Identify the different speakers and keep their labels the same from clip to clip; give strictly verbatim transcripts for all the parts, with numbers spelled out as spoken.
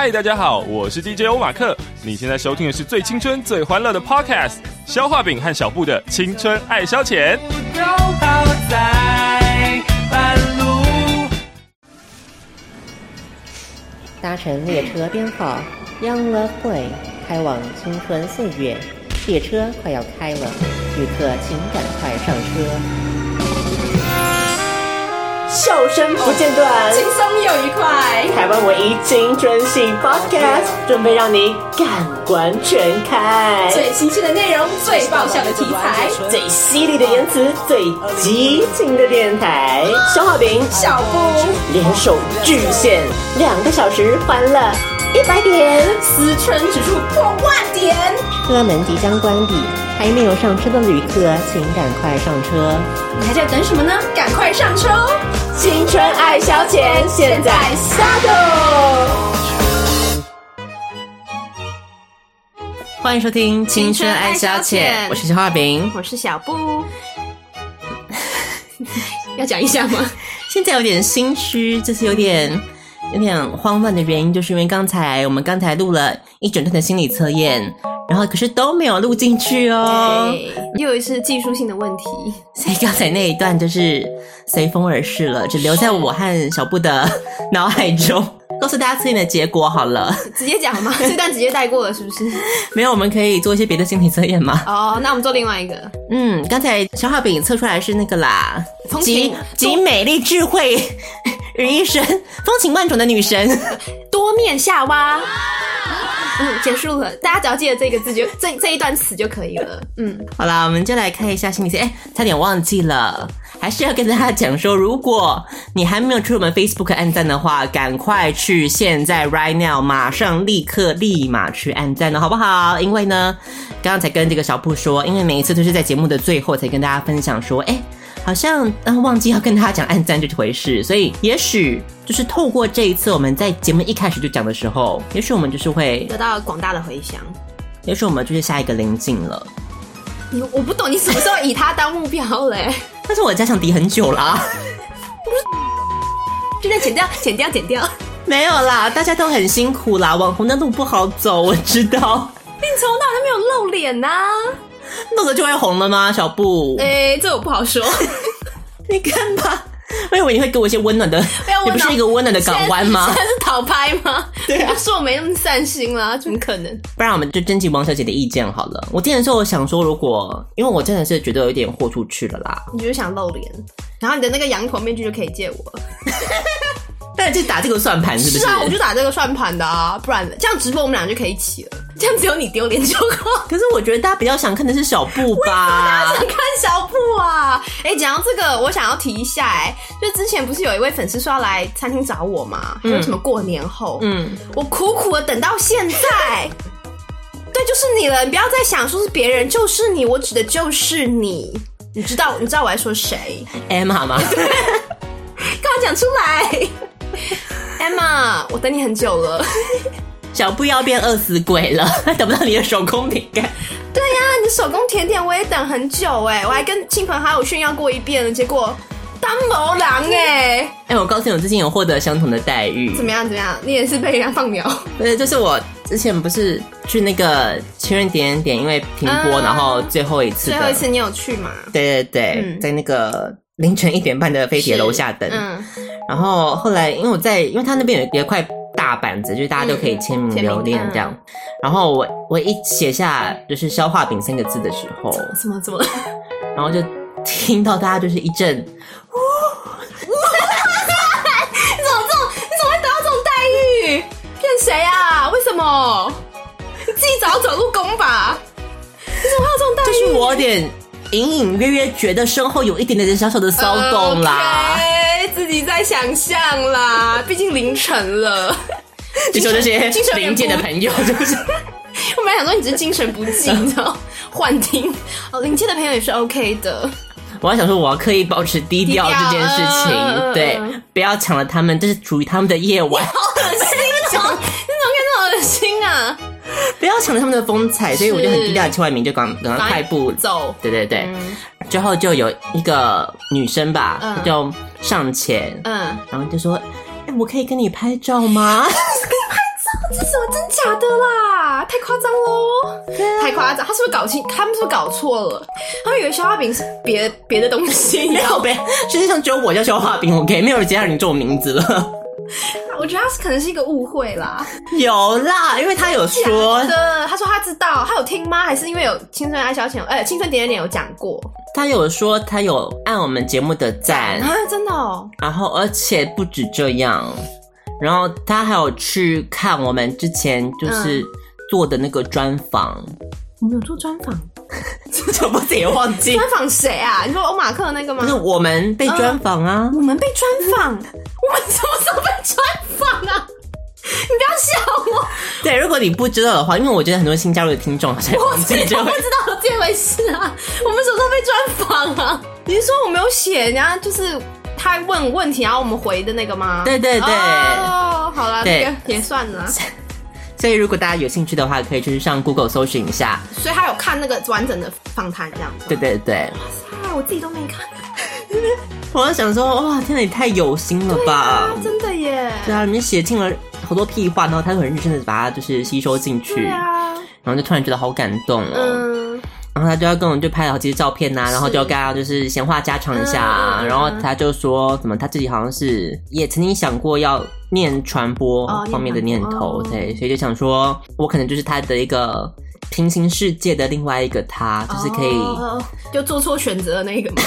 Speaker 1: 嗨，大家好，我是 D J 欧马克。你现在收听的是最青春、最欢乐的 Podcast， 消化饼和小布的青春爱消遣。
Speaker 2: 搭乘列车编号 Young Love Way 开往青春岁月，列车快要开了，旅客请赶快上车。笑声不间断，
Speaker 3: 轻松又愉快。
Speaker 2: 台湾唯一青春系 Podcast， 准备让你感官全开。
Speaker 3: 最新鲜的内容，最爆笑的题材，
Speaker 2: 最犀利的言辞，最激情的电台。消化饼、
Speaker 3: 小布
Speaker 2: 联手巨献两个小时，欢乐一百点，
Speaker 3: 思春指数破万点。
Speaker 2: 车门即将关闭，还没有上车的旅客，请赶快上车。
Speaker 3: 你还在等什么呢？赶快上车哦！
Speaker 2: 青春爱消遣，现在下豆。欢迎收听青春爱消遣，我是消化饼，
Speaker 3: 我是小布。要讲一下吗？
Speaker 2: 现在有点心虚，就是有点有点慌乱的原因，就是因为刚才我们刚才录了一整段的心理测验，然后可是都没有录进去哦，
Speaker 3: 又一次技术性的问题，
Speaker 2: 所以刚才那一段就是随风而逝了，只留在我和小布的脑海中。告诉大家测验的结果好了，
Speaker 3: 直接讲吗？这段直接带过了是不是？
Speaker 2: 没有，我们可以做一些别的心理测验吗？
Speaker 3: 哦，那我们做另外一个。
Speaker 2: 嗯，刚才消化饼测出来是那个啦，
Speaker 3: 集
Speaker 2: 集美丽智慧于一身，风情万种的女神，
Speaker 3: 多面夏娃。嗯，结束了，大家只要记得这个字就这这一段词就可以了。嗯，
Speaker 2: 好啦，我们就来看一下心理测验。哎，差点忘记了，还是要跟大家讲说，如果你还没有去我们 Facebook 按赞的话，赶快去，现在 right now 马上立刻立马去按赞了，好不好？因为呢，刚刚才跟这个小布说，因为每一次都是在节目的最后才跟大家分享说，哎，好像、嗯、忘记要跟大家讲按赞这回事，所以也许就是透过这一次我们在节目一开始就讲的时候，也许我们就是会
Speaker 3: 得到广大的回响，
Speaker 2: 也许我们就是下一个临近了。
Speaker 3: 你我不懂你什么时候以他当目标嘞？
Speaker 2: 但是我家想敌很久啦，
Speaker 3: 就在剪掉剪掉剪掉，
Speaker 2: 没有啦，大家都很辛苦啦，网红的路不好走，我知道。
Speaker 3: 你从头到尾都没有露脸呐、啊，
Speaker 2: 露了就会红了吗？小布，
Speaker 3: 哎、欸，这我不好说。
Speaker 2: 你看吧，我以为你会给我一些温暖的，你不是一个温暖的港湾吗？
Speaker 3: 现在是讨拍吗？
Speaker 2: 对啊，
Speaker 3: 我说我没那么散心啦，怎么可能？
Speaker 2: 不然我们就征集王小姐的意见好了。我之前的时候我想说，如果因为我真的是觉得有点豁出去了啦，
Speaker 3: 你就是想露脸，然后你的那个羊头面具就可以借我。
Speaker 2: 但就打这个算盘是不是？
Speaker 3: 是啊，我就打这个算盘的啊，不然这样直播我们俩就可以一起了，这样只有你丢脸就好。
Speaker 2: 可是我觉得大家比较想看的是小布吧？
Speaker 3: 大家想看小布啊？哎、欸，讲到这个，我想要提一下、欸，哎，就之前不是有一位粉丝说要来餐厅找我嘛？还有什么过年后，嗯，我苦苦的等到现在。对，就是你了，你不要再想说是别人，就是你，我指的就是你。你知道，你知道我在说谁
Speaker 2: ？Emma 吗？
Speaker 3: 刚刚讲出来。Emma， 我等你很久了。
Speaker 2: 小布要变饿死鬼了，等不到你的手工甜点。
Speaker 3: 对呀、啊，你的手工甜点我也等很久哎，我还跟亲朋好友炫耀过一遍了，结果当魔狼哎。哎、
Speaker 2: 欸，我告诉你，我最近有获得相同的待遇。
Speaker 3: 怎么样？怎么样？你也是被人家放鸟？
Speaker 2: 不是，就是我之前不是去那个情人点点点，因为停播、嗯，然后最后一次的，
Speaker 3: 最后一次你有去吗？
Speaker 2: 对对对，嗯、在那个凌晨一点半的飞铁楼下等。嗯。然后后来，因为我在，因为他那边有一块大板子，就是大家都可以签名留念这样。嗯、然后我我一写下就是消化饼三个字的时候，
Speaker 3: 怎么怎么了？
Speaker 2: 然后就听到大家就是一阵，呜，
Speaker 3: 你怎么这种？你怎么会得到这种待遇？骗谁啊？为什么？你自己找走路工吧。你怎么会有这种待遇？
Speaker 2: 就是我有点隐隐约约觉得身后有一点点小小的骚动啦。
Speaker 3: Okay.自己在想象啦，毕竟凌晨了。
Speaker 2: 你说这些临界的朋友是不是？
Speaker 3: 我本来想说你只是精神不济，你知道，幻听。哦，临界的朋友也是 OK 的。
Speaker 2: 我还想说，我要刻意保持低调这件事情，呃、对、呃，不要抢了他们，这是属于他们的夜晚。
Speaker 3: 你好恶心，你怎么你怎么可以这么恶心啊？
Speaker 2: 不要抢了他们的风采，所以我就很低调的签完名就赶赶快快步
Speaker 3: 走。
Speaker 2: 对对对、嗯，之后就有一个女生吧，嗯、就上前，嗯，然后就说：“哎、欸，我可以跟你拍照吗？”跟你拍照？
Speaker 3: 这什么真假的啦？太夸张喽！太夸张，他是不是搞清？他们是不是搞错了？他们以为消化饼是别别的东西，
Speaker 2: 没有呗？世界上只有我叫消化饼 ，OK， 没有其他人这种名字了。
Speaker 3: 我觉得他是可能是一个误会啦。
Speaker 2: 有啦，因为他有说
Speaker 3: 的，他说他知道，他有听吗？还是因为有青春爱消遣，呃，青春点点点有讲过？
Speaker 2: 他有说他有按我们节目的赞
Speaker 3: 啊，真的哦。
Speaker 2: 然后而且不止这样，然后他还有去看我们之前就是做的那个专访。嗯、
Speaker 3: 我们有做专访？
Speaker 2: 怎么自己忘记？
Speaker 3: 专访谁啊？你说欧马克那个吗？
Speaker 2: 不是，我们被专访啊、
Speaker 3: 嗯！我们被专访？我们什么时候被专访啊？你不要笑我。
Speaker 2: 对，如果你不知道的话，因为我觉得很多新加入的听众好像
Speaker 3: 我自己就不知道有这回事啊。我们什么时候被专访啊？你是说我没有写人家就是他问问题然后我们回的那个吗？
Speaker 2: 对对对。
Speaker 3: 哦，好啦，那个也算了。
Speaker 2: 所以如果大家有兴趣的话，可以就是上 Google 搜寻一下。
Speaker 3: 所以他有看那个完整的访谈这样子。
Speaker 2: 对对对。
Speaker 3: 哇塞，我自己都没看。
Speaker 2: 我想说，哇，天哪，你太有心了吧！
Speaker 3: 对啊，真的耶。
Speaker 2: 对啊，你写进了好多屁话，然后他就很认真的把它就是吸收进去。
Speaker 3: 对啊。
Speaker 2: 然后就突然觉得好感动哦。嗯。然后他就要跟我们就拍了好几张照片呐、啊，然后就要跟他就是闲话家常一下、啊嗯、然后他就说怎么他自己好像是也曾经想过要念传播方面的念头、哦、对，所以就想说我可能就是他的一个平行世界的另外一个他，就是可以、
Speaker 3: 哦、就做错选择的那个嘛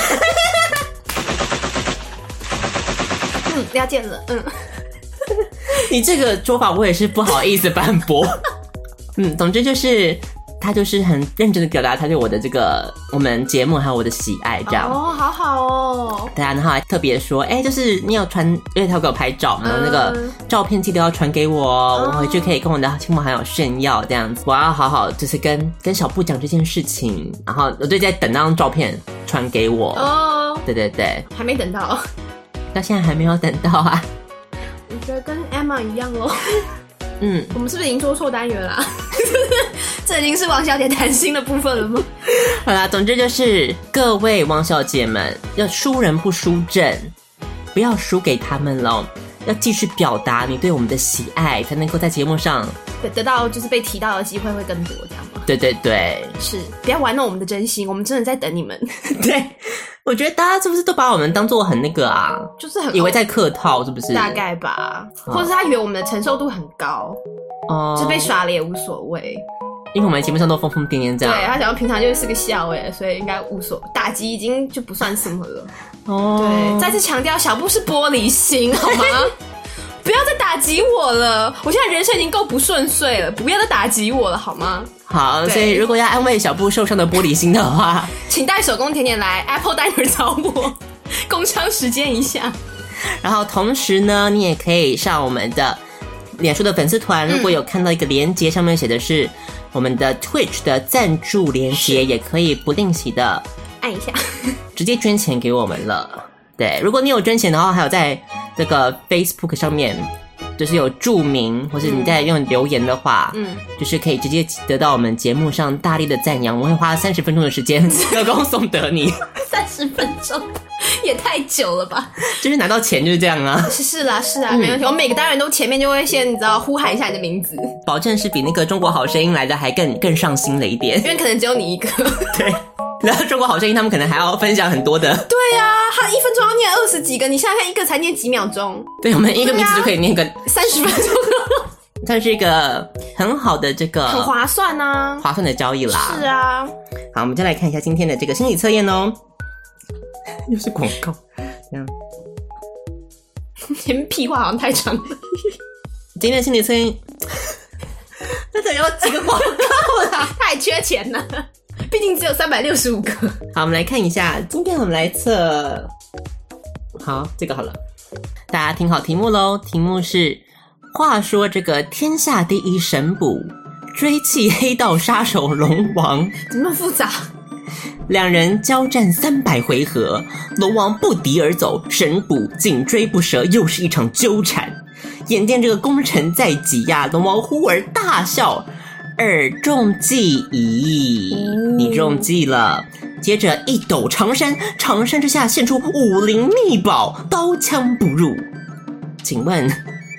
Speaker 3: 嗯，了解了。嗯，
Speaker 2: 你这个说法我也是不好意思反驳嗯，总之就是他就是很认真的表达他对我的这个我们节目还有我的喜爱这样。
Speaker 3: 哦，好好哦。
Speaker 2: 对啊，然后还特别说哎、欸，就是你有传，因为他有给我拍照嘛、嗯、那个照片记得要传给我、哦、我回去可以跟我的亲朋好友炫耀这样子。我要好好就是跟跟小布讲这件事情，然后我就在等那张照片传给我。哦，对对对，
Speaker 3: 还没等到，
Speaker 2: 到现在还没有等到啊。
Speaker 3: 我觉得跟 Emma 一样咯。
Speaker 2: 嗯，
Speaker 3: 我们是不是已经做错单元啦？这已经是王小姐谈心的部分了吗？
Speaker 2: 好啦，总之就是各位王小姐们，要输人不输阵，不要输给他们了，要继续表达你对我们的喜爱，才能够在节目上
Speaker 3: 得到就是被提到的机会会更多，这样吗？
Speaker 2: 对对对，
Speaker 3: 是，不要玩弄我们的真心，我们真的在等你们。
Speaker 2: 对，我觉得大家是不是都把我们当作很那个啊？
Speaker 3: 就是很
Speaker 2: 以为在客套，是不是？
Speaker 3: 大概吧，哦、或者是他以为我们的承受度很高，哦，就被耍了也无所谓。
Speaker 2: 因为我们节目上都疯疯癫癫这样，
Speaker 3: 对，他想要平常就是个笑哎，所以应该无所打击已经就不算什么了。哦，对，再次强调，小布是玻璃心，好吗？不要再打击我了，我现在人生已经够不顺遂了，不要再打击我了，好吗？
Speaker 2: 好，所以如果要安慰小布受伤的玻璃心的话，
Speaker 3: 请带手工甜点来 Apple Diner 找我，工商时间一下。
Speaker 2: 然后同时呢，你也可以上我们的脸书的粉丝团，如果有看到一个连结，上面写的是我们的 Twitch 的赞助连结，也可以不吝惜的
Speaker 3: 按一下，
Speaker 2: 直接捐钱给我们了。对，如果你有捐钱的话，还有在这个 Facebook 上面就是有注明，或是你在用留言的话，嗯，就是可以直接得到我们节目上大力的赞扬。我会花三十分钟的时间歌功颂德你。
Speaker 3: 三十分钟也太久了吧？
Speaker 2: 就是拿到钱就是这样啊。
Speaker 3: 是是啦是啊，没问题。我每个单元都前面就会先你知道呼喊一下你的名字，
Speaker 2: 保证是比那个中国好声音来的还更更上心了一点，
Speaker 3: 因为可能只有你一个。
Speaker 2: 对。然后中国好声音他们可能还要分享很多的。
Speaker 3: 对啊，他一分钟要念二十几个，你想想看，一个才念几秒钟。
Speaker 2: 对，我们一个名字就可以念个
Speaker 3: 三十分钟。
Speaker 2: 它是一个很好的这个
Speaker 3: 很划算啊，
Speaker 2: 划算的交易啦。
Speaker 3: 是啊。好，
Speaker 2: 我们再来看一下今天的这个心理测验哦。又是广告，这样。
Speaker 3: 前面屁话好像太长了。
Speaker 2: 今天的心理测验，那得要几个广告啦？
Speaker 3: 太缺钱了。毕竟只有三百六十五个。
Speaker 2: 好，我们来看一下，今天我们来测，好，这个好了，大家听好题目咯。题目是：话说这个天下第一神捕，追弃黑道杀手龙王，
Speaker 3: 怎么那么复杂？
Speaker 2: 两人交战三百回合，龙王不敌而走，神捕紧追不舍，又是一场纠缠。眼见这个功成在即呀、啊，龙王忽而大笑。耳中计矣、哦，你中计了。接着一抖长衫，长衫之下现出武林秘宝，刀枪不入。请问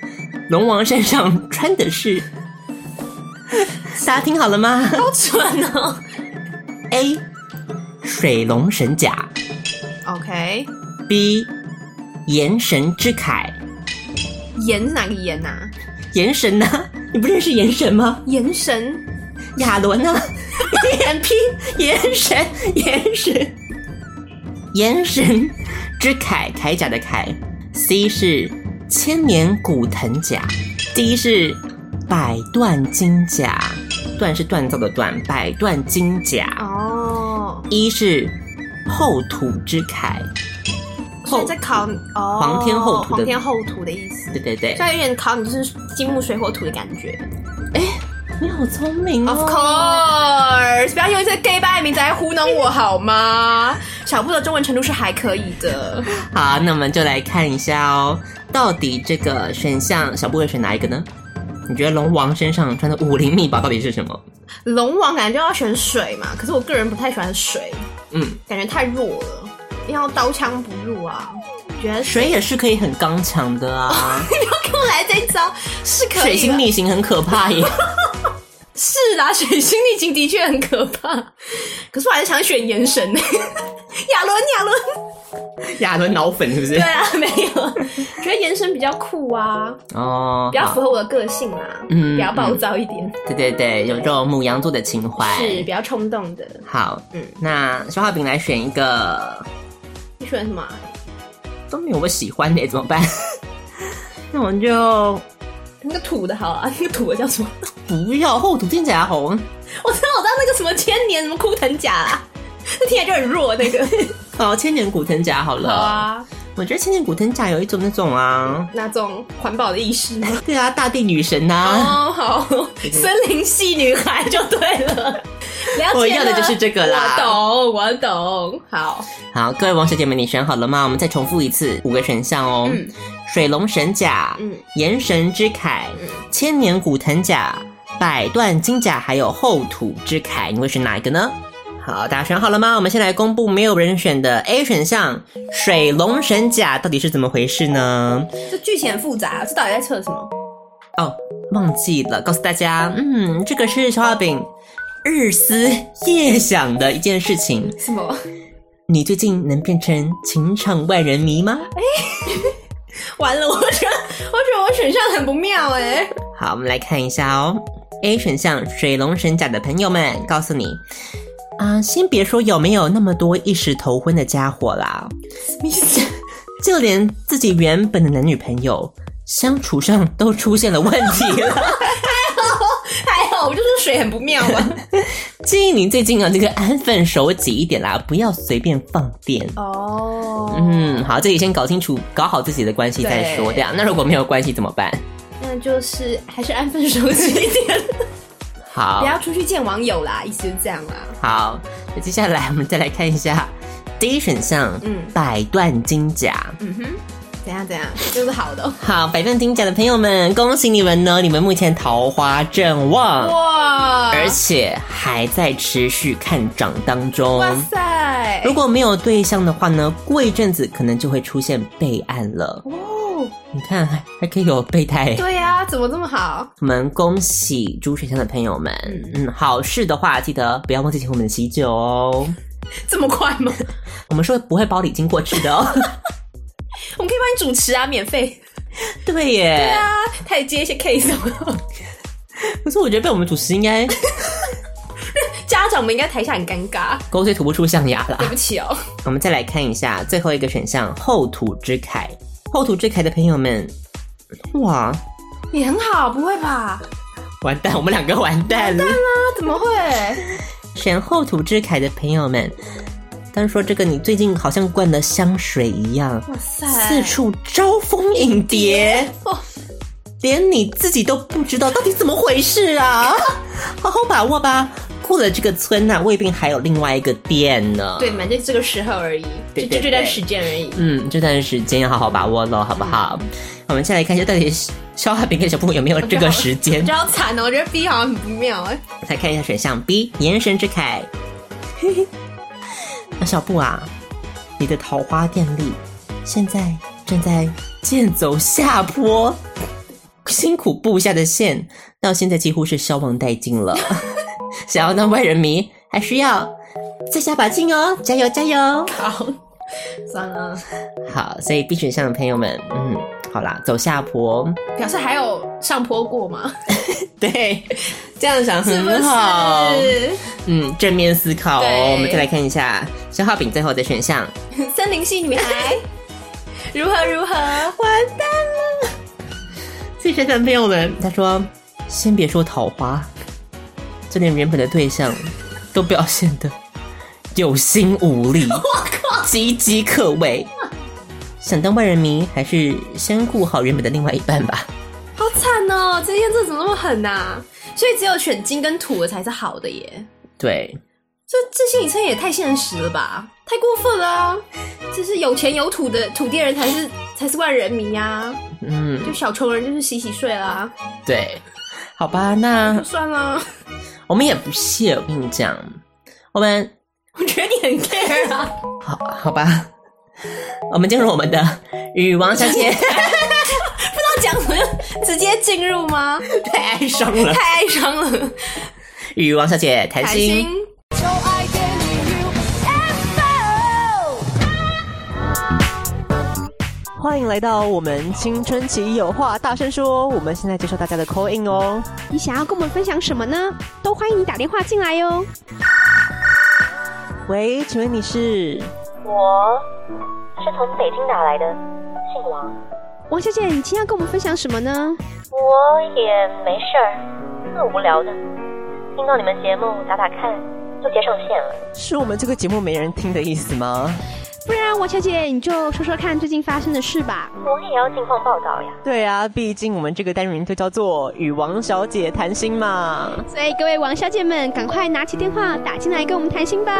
Speaker 2: 龙王身上穿的是，大家听好了吗？
Speaker 3: 好蠢哦。
Speaker 2: A. 水龙神甲
Speaker 3: OK。
Speaker 2: B. 炎神之铠。
Speaker 3: 炎是哪个炎啊？
Speaker 2: 炎神啊，你不认识炎神吗？
Speaker 3: 炎神
Speaker 2: 亚伦啊，眼拼炎神炎神炎神之铠，铠甲的铠。 C 是千年古藤甲。 D 是百段金甲，锻是锻造的锻，百段金甲。
Speaker 3: 哦。
Speaker 2: E 是后土之铠，
Speaker 3: 所以在考你哦，
Speaker 2: 皇天后土的
Speaker 3: 皇天后土的意思。
Speaker 2: 对对对，
Speaker 3: 所以有点考你就是金木水火土的感觉。
Speaker 2: 哎，你好聪明哦
Speaker 3: Of course， 不要用这个 gay 掰的名字来糊弄我好吗？小布的中文程度是还可以的。
Speaker 2: 好，那我们就来看一下哦，到底这个选项小布会选哪一个呢？你觉得龙王身上穿的武林秘宝到底是什么？
Speaker 3: 龙王感觉就要选水嘛，可是我个人不太喜欢水，
Speaker 2: 嗯，
Speaker 3: 感觉太弱了，要刀枪不入啊。觉得
Speaker 2: 水也是可以很刚强的啊。
Speaker 3: 你不要跟我来这一招，是可以。
Speaker 2: 水星逆行很可怕耶。
Speaker 3: 是啦，水星逆行的确很可怕，可是我还是想选炎神。亚伦，亚伦，
Speaker 2: 亚伦脑粉是不是？
Speaker 3: 对啊，没有，觉得炎神比较酷啊，
Speaker 2: 哦，
Speaker 3: 比较符合我的个性啊，嗯，比较暴躁一点。
Speaker 2: 对对对，有这种牡羊座的情怀，
Speaker 3: 是比较冲动的。
Speaker 2: 好，嗯，那消化饼来选一个，
Speaker 3: 你选什么、啊？
Speaker 2: 都没有我喜欢的，怎么办？那我们就
Speaker 3: 那个土的好啊，那个土的叫什么？
Speaker 2: 不要后土听起来红。
Speaker 3: 我知道，我知道那个什么千年什么枯藤甲啊，那听起来就很弱那个。
Speaker 2: 好，千年古藤甲好了。
Speaker 3: 好啊，
Speaker 2: 我觉得千年古藤甲有一种那种啊，
Speaker 3: 那种环保的意识吗？
Speaker 2: 对啊，大地女神呐、啊。
Speaker 3: 哦，好，森林系女孩就对了。了解了，
Speaker 2: 我要的就是这个啦。
Speaker 3: 我懂，我懂。好，
Speaker 2: 好，各位王小姐们，你选好了吗？我们再重复一次五个选项哦。嗯、水龙神甲，嗯，炎神之铠，嗯，千年古藤甲，百段金甲，还有后土之铠，你会选哪一个呢？好，大家选好了吗？我们先来公布没有人选的 A 选项，水龙神甲到底是怎么回事呢？
Speaker 3: 这剧情很复杂，这到底在测什么？
Speaker 2: 哦，忘记了，告诉大家，嗯，这个是消化饼日思夜想的一件事情。
Speaker 3: 什么？
Speaker 2: 你最近能变成情场万人迷吗？
Speaker 3: 哎、欸，完了，我觉得，我觉得我选项很不妙哎、欸。
Speaker 2: 好，我们来看一下哦。A 选项水龙神甲的朋友们，告诉你啊、呃，先别说有没有那么多一时头昏的家伙啦，就连自己原本的男女朋友相处上都出现了问题了。
Speaker 3: 还好，我就说水很不妙嘛。
Speaker 2: 建议你最近啊，这个安分守己一点啦，不要随便放电。
Speaker 3: 哦，
Speaker 2: 嗯，好，这里先搞清楚，搞好自己的关系再说。这样，那如果没有关系怎么办？
Speaker 3: 那就是还是安分守己一点。
Speaker 2: 好，
Speaker 3: 不要出去见网友啦，意思是这样啦。
Speaker 2: 好，那接下来我们再来看一下第一选项，嗯，百段金甲。嗯哼。
Speaker 3: 怎样怎样，就是好的、哦。
Speaker 2: 好，百段金甲的朋友们，恭喜你们呢！你们目前桃花正旺哇，而且还在持续看涨当中。哇塞！如果没有对象的话呢，过一阵子可能就会出现备案了。哦，你看还还可以有备胎。
Speaker 3: 对呀、啊，怎么这么好？
Speaker 2: 我们恭喜猪选项的朋友们。嗯嗯，好事的话记得不要忘记请我们的喜酒哦。
Speaker 3: 这么快吗？
Speaker 2: 我们说不会包礼金过去的哦。
Speaker 3: 我们可以帮你主持啊，免费。
Speaker 2: 对耶。
Speaker 3: 对啊，他也接一些 case 什么的。
Speaker 2: 可是我觉得被我们主持应该
Speaker 3: 家长们应该台下很尴尬，
Speaker 2: 狗嘴吐不出象牙啦。
Speaker 3: 对不起哦。
Speaker 2: 我们再来看一下最后一个选项，后土之铠。后土之铠的朋友们，哇，
Speaker 3: 你很好，不会吧？
Speaker 2: 完蛋，我们两个完蛋了。
Speaker 3: 完蛋啦，怎么会？
Speaker 2: 选后土之铠的朋友们。但是说这个你最近好像灌了香水一样，哇塞，四处招蜂引蝶，哦，连你自己都不知道到底怎么回事啊！好好把握吧，过了这个村啊，未必还有另外一个店呢。
Speaker 3: 对嘛，就这个时候而已，对对对，就这段时间而已。
Speaker 2: 嗯，这段时间要好好把握咯，好不好？嗯、我们先来看一下，到底消化饼跟小布有没有这个时间？
Speaker 3: 比较惨哦，我觉得 B 好像很不妙哎。
Speaker 2: 来看一下选项 B， 炎神之铠。嘿嘿。那小布啊，你的桃花电力现在正在渐走下坡， 辛苦布下的线，到现在几乎是消亡殆尽了。想要当外人迷，还需要再下把劲哦，加油加油！
Speaker 3: 好，算了。
Speaker 2: 好，所以 B 选项的朋友们，嗯，好啦，走下坡，
Speaker 3: 表示还有上坡过吗？
Speaker 2: 对，这样想很
Speaker 3: 好，是不是？
Speaker 2: 嗯，正面思考哦。我们再来看一下消化饼最后的选项，
Speaker 3: 森林系女孩，如何如何？
Speaker 2: 完蛋了！所以选项的朋友们，他说，先别说桃花，就连原本的对象都表现得有心无力，
Speaker 3: 我靠，
Speaker 2: 岌岌可危。想当外人迷，还是先顾好原本的另外一半吧。
Speaker 3: 好惨哦！这验证怎么那么狠啊？所以只有选金跟土的才是好的耶。
Speaker 2: 对，
Speaker 3: 这这心理测验也太现实了吧，太过分了啊！就是有钱有土的土地人才是才是万人迷啊。嗯，就小穷人就是洗洗睡啦。
Speaker 2: 对，好吧，那
Speaker 3: 就算了。
Speaker 2: 我们也不屑，我跟你讲，我们
Speaker 3: 我觉得你很 care 啊。
Speaker 2: 好，好吧，我们进入我们的与王小姐。
Speaker 3: 不知道讲什么，直接进入吗？
Speaker 2: 太哀伤了，
Speaker 3: 太哀伤了。
Speaker 2: 与王小姐谈心。
Speaker 4: 欢迎来到我们青春期有话大声说，我们现在接受大家的 call in 哦。
Speaker 5: 你想要跟我们分享什么呢？都欢迎你打电话进来哟。
Speaker 4: 喂，请问你是？
Speaker 6: 我是从北京打来的，姓王。
Speaker 5: 王小姐，你今天要跟我们分享什么呢？
Speaker 6: 我也没事儿，特无聊的，听到你们节目打打看，就接上线了。
Speaker 4: 是我们这个节目没人听的意思吗？
Speaker 5: 不然王小姐你就说说看最近发生的事吧。
Speaker 6: 我也要近况报道呀。
Speaker 4: 对啊，毕竟我们这个单元就叫做与王小姐谈心嘛。
Speaker 5: 所以各位王小姐们赶快拿起电话打进来跟我们谈心吧。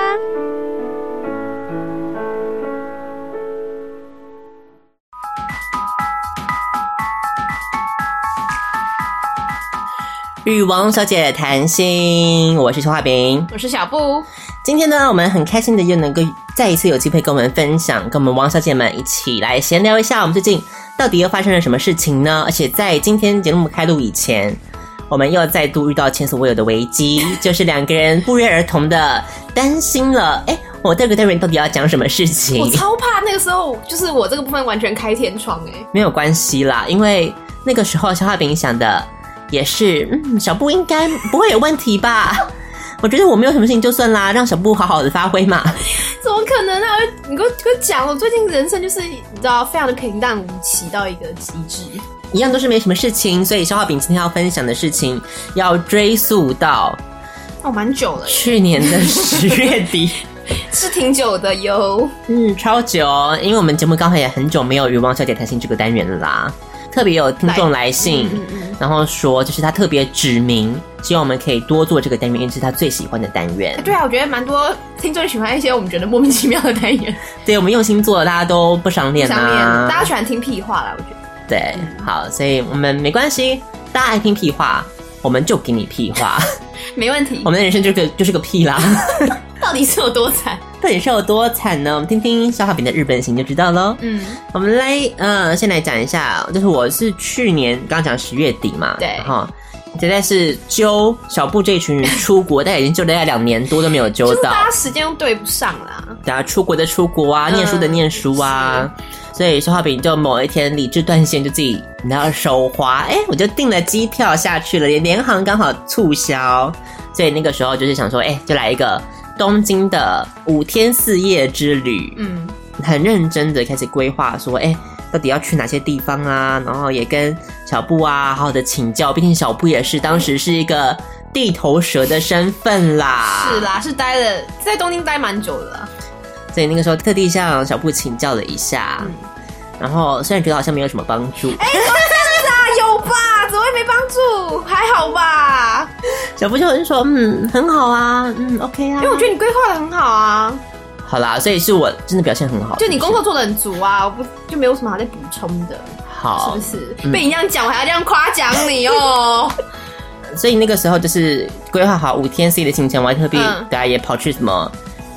Speaker 2: 与王小姐谈心，我是消化饼，
Speaker 3: 我是小布。
Speaker 2: 今天呢，我们很开心的又能够再一次有机会跟我们分享，跟我们王小姐们一起来闲聊一下我们最近到底又发生了什么事情呢？而且在今天节目开录以前，我们又再度遇到前所未有的危机，就是两个人不约而同的担心了，诶我这个单元到底要讲什么事情？
Speaker 3: 我超怕那个时候，就是我这个部分完全开天窗诶、欸。
Speaker 2: 没有关系啦，因为那个时候消化饼想的也是，嗯，小布应该不会有问题吧？我觉得我没有什么事情就算啦，让小布好好的发挥嘛。
Speaker 3: 怎么可能啊？你跟我跟我讲，我最近人生就是你知道，非常的平淡无奇到一个极致，
Speaker 2: 一样都是没什么事情。所以消化饼今天要分享的事情要追溯到
Speaker 3: 哦，蛮久了，
Speaker 2: 去年的十月底。
Speaker 3: 是挺久的哟。
Speaker 2: 嗯，超久，因为我们节目刚好也很久没有与王小姐谈心这个单元了啦。特别有听众来信，嗯嗯嗯，然后说就是他特别指明，希望我们可以多做这个单元，因为是他最喜欢的单元。
Speaker 3: 欸、对啊，我觉得蛮多听众喜欢一些我们觉得莫名其妙的单元。
Speaker 2: 对，我们用心做了，大家都不赏脸啊，
Speaker 3: 大家喜欢听屁话啦，我觉得。
Speaker 2: 对，好，所以我们没关系，大家爱听屁话，我们就给你屁话，
Speaker 3: 没问题。
Speaker 2: 我们的人生就是个就是个屁啦。
Speaker 3: 到底是有多惨？
Speaker 2: 到底是有多惨呢？我们听听消化饼的日本行就知道咯。嗯，我们来呃，先来讲一下，就是我是去年刚刚讲十月底嘛，
Speaker 3: 对
Speaker 2: 哈，现在是揪小布这一群人出国，但已经揪了大概两年多都没有揪到，
Speaker 3: 就是大家时间又对不上啦。
Speaker 2: 大家出国的出国啊，嗯、念书的念书啊，所以消化饼就某一天理智断线，就自己然后手滑，哎，我就订了机票下去了，连联航刚好促销，所以那个时候就是想说，哎，就来一个东京的五天四夜之旅，嗯，很认真的开始规划说，哎，到底要去哪些地方啊？然后也跟小布啊好好的请教，毕竟小布也是当时是一个地头蛇的身份啦，
Speaker 3: 是啦，是待了在东京待蛮久的啦，
Speaker 2: 所以那个时候特地向小布请教了一下，嗯、然后虽然觉得好像没有什么帮助，
Speaker 3: 哎、欸，怎么这样子啊？有吧？怎么会没帮助？还好吧？
Speaker 2: 小布就很说，嗯，很好啊，嗯 ，OK 啊，
Speaker 3: 因为我觉得你规划的很好啊。
Speaker 2: 好啦，所以是我真的表现很好，
Speaker 3: 就你功课做得很足啊，我不就没有什么好再补充的，
Speaker 2: 好，
Speaker 3: 是不是？嗯、被你这样讲，我还要这样夸奖你哦。
Speaker 2: 所以那个时候就是规划好五天四夜的行程，我还特别大家也跑去什么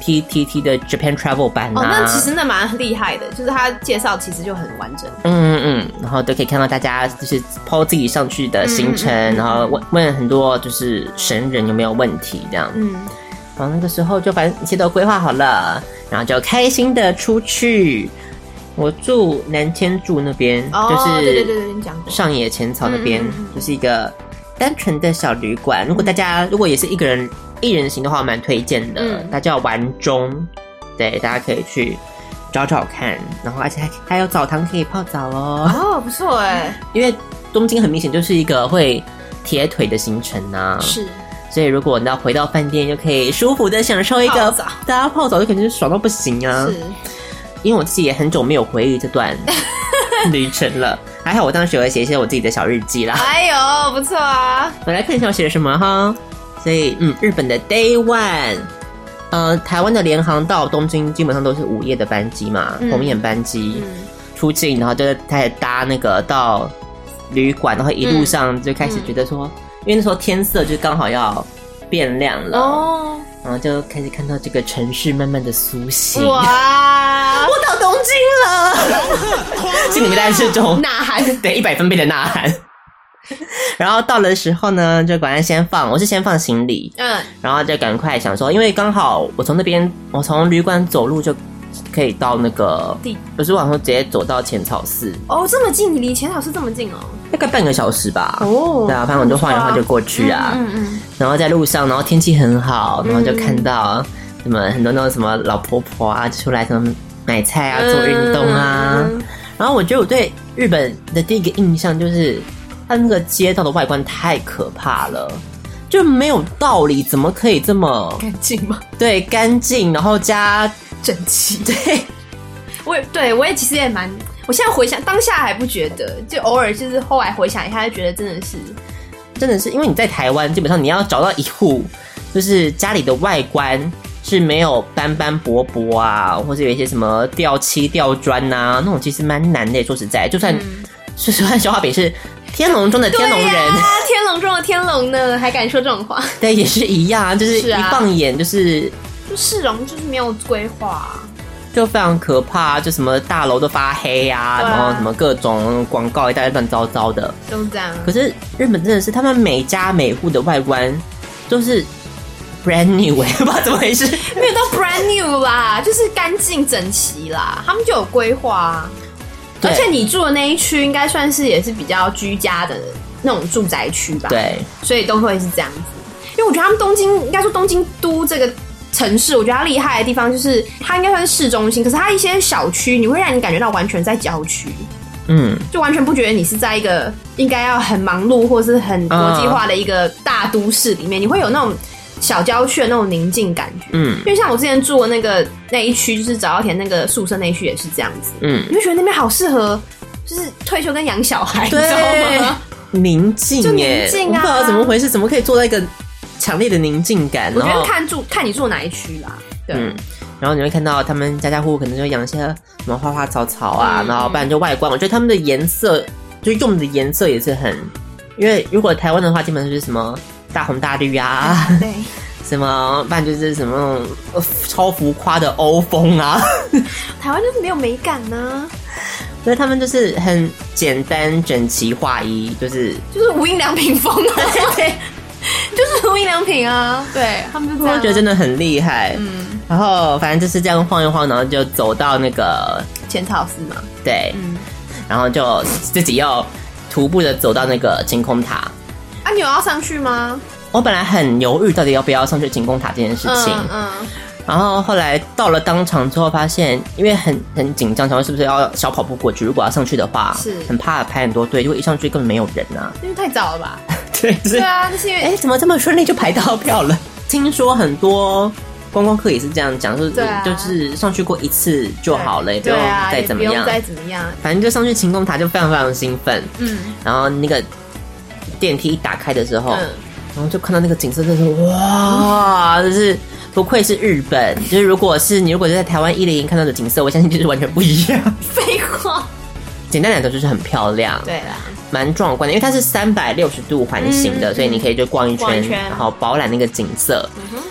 Speaker 2: P T T 的 Japan Travel 版啊。
Speaker 3: 哦，那其实那蛮厉害的，就是他介绍其实就很完整。
Speaker 2: 嗯嗯嗯，然后都可以看到大家就是 po 自己上去的行程，嗯嗯嗯嗯然后问问很多就是神人有没有问题这样。嗯，然后那个时候就反正一切都规划好了，然后就开心的出去。我住南千住那边，
Speaker 3: 哦、
Speaker 2: 就是
Speaker 3: 对对对对，你讲过
Speaker 2: 上野浅草那边，
Speaker 3: 嗯嗯嗯
Speaker 2: 就是一个单纯的小旅馆。如果大家如果也是一个人一人行的话，蛮推荐的。嗯、它叫丸中，对，大家可以去找找看。然后而且还还有澡堂可以泡澡哦。
Speaker 3: 哦，不错哎。
Speaker 2: 因为东京很明显就是一个会铁腿的行程啊。
Speaker 3: 是。
Speaker 2: 所以如果你要回到饭店，就可以舒服的享受一个大家泡澡，就肯定是爽到不行啊。是。因为我自己也很久没有回忆这段旅程了，还好我当时有写一些我自己的小日记啦。
Speaker 3: 哎呦，不错啊！
Speaker 2: 我来看一下我写了什么哈。所以，嗯，日本的 Day One， 呃，台湾的联航到东京基本上都是午夜的班机嘛，红眼班机、嗯、出境，然后就开始搭那个到旅馆，然后一路上就开始觉得说，嗯、因为那时候天色就刚好要变亮了哦。然后就开始看到这个城市慢慢的苏醒，哇！我到东京了，心里面当然是这种
Speaker 3: 呐喊，
Speaker 2: 对，一百分贝的呐喊。然后到的时候呢，就赶快先放，我是先放行李，嗯，然后就赶快想说，因为刚好我从那边，我从旅馆走路就可以到那个，不是往后直接走到浅草寺。
Speaker 3: 哦，这么近，你离浅草寺这么近哦？
Speaker 2: 大概半个小时吧。哦，对啊，反正我就晃一晃就过去啊。嗯 嗯, 嗯。然后在路上，然后天气很好，然后就看到什么很多那种什么老婆婆啊，出来什么买菜啊、做运动啊。嗯、然后我觉得我对日本的第一个印象就是，它那个街道的外观太可怕了，就没有道理，怎么可以这么
Speaker 3: 干净吗？
Speaker 2: 对，干净，然后加
Speaker 3: 整齐。
Speaker 2: 对，
Speaker 3: 我也对我也其实也蛮。我现在回想当下还不觉得，就偶尔就是后来回想一下，就觉得真的是，
Speaker 2: 真的是因为你在台湾，基本上你要找到一户就是家里的外观是没有斑斑驳驳啊，或者有一些什么掉漆掉砖啊，那种其实蛮难的。说实在，就算说实话，消化饼是天龙中的天龙人，对
Speaker 3: 啊，天龙中的天龙呢，还敢说这种话？
Speaker 2: 对，也是一样，就是一放眼就是，
Speaker 3: 就市容就是没有规划。
Speaker 2: 就非常可怕，就什么大楼都发黑啊，啊然后什么各种广告一大堆乱糟糟的，
Speaker 3: 都这样。
Speaker 2: 可是日本真的是，他们每家每户的外观都是 brand new， 我不知道怎么回事，
Speaker 3: 没有到 brand new 啦，就是干净整齐啦，他们就有规划啊。而且你住的那一区应该算是也是比较居家的那种住宅区吧？对，所以都会是这样子。因为我觉得他们东京，应该说东京都这个城市，我觉得它厉害的地方就是它应该算是市中心，可是它一些小区你会让你感觉到完全在郊区，嗯，就完全不觉得你是在一个应该要很忙碌或是很国际化的一个大都市里面，你会有那种小郊区的那种宁静感觉，嗯，因为像我之前住的那个那一区，就是早稻田那个宿舍那一区也是这样子，嗯，你会觉得那边好适合，就是退休跟养小孩，你知道吗？
Speaker 2: 宁静耶，就宁静啊，我不知道怎么回事，怎么可以做到一个强烈的宁静感？
Speaker 3: 我觉得看住看你住哪一区啦，对。嗯，
Speaker 2: 然后你会看到他们家家户户可能就养一些什么花花草草啊，嗯、然后不然就外观，我觉得他们的颜色就用的颜色也是很，因为如果台湾的话，基本上就是什么大红大绿啊，嗯、对，什么不然就是什么那种超浮夸的欧风啊，
Speaker 3: 台湾就是没有美感呢、啊。
Speaker 2: 所以他们就是很简单整齐划一，就是
Speaker 3: 就是无印良品风啊，对对。就是无印良品啊，对他们就这样、啊，
Speaker 2: 我觉得真的很厉害。嗯，然后反正就是这样晃一晃，然后就走到那个
Speaker 3: 浅草寺嘛，
Speaker 2: 对，嗯，然后就自己要徒步的走到那个晴空塔。
Speaker 3: 啊，你有要上去吗？
Speaker 2: 我本来很犹豫，到底要不要上去晴空塔这件事情。嗯。嗯然后后来到了当场之后，发现因为很很紧张，想说是不是要小跑步过去？如果要上去的话，是很怕排很多队，如果一上去根本没有人啊，
Speaker 3: 因为太早了吧？
Speaker 2: 对
Speaker 3: 对啊，就是因为
Speaker 2: 哎，怎么这么顺利就排到票了？听说很多观光客也是这样讲，就是、啊、就是上去过一次就好了，也不用再怎么样，
Speaker 3: 不用再怎么样，
Speaker 2: 反正就上去晴空塔就非常非常兴奋。嗯，然后那个电梯一打开的时候，嗯、然后就看到那个景色，真是哇，就是。不愧是日本，就是如果是你如果是在台湾一零一看到的景色，我相信就是完全不一样。
Speaker 3: 废话，
Speaker 2: 简单来说就是很漂亮，
Speaker 3: 对啦，
Speaker 2: 蛮壮观的，因为它是三百六十度环形的、嗯，所以你可以就逛一圈，一圈然后饱览那个景色。嗯哼，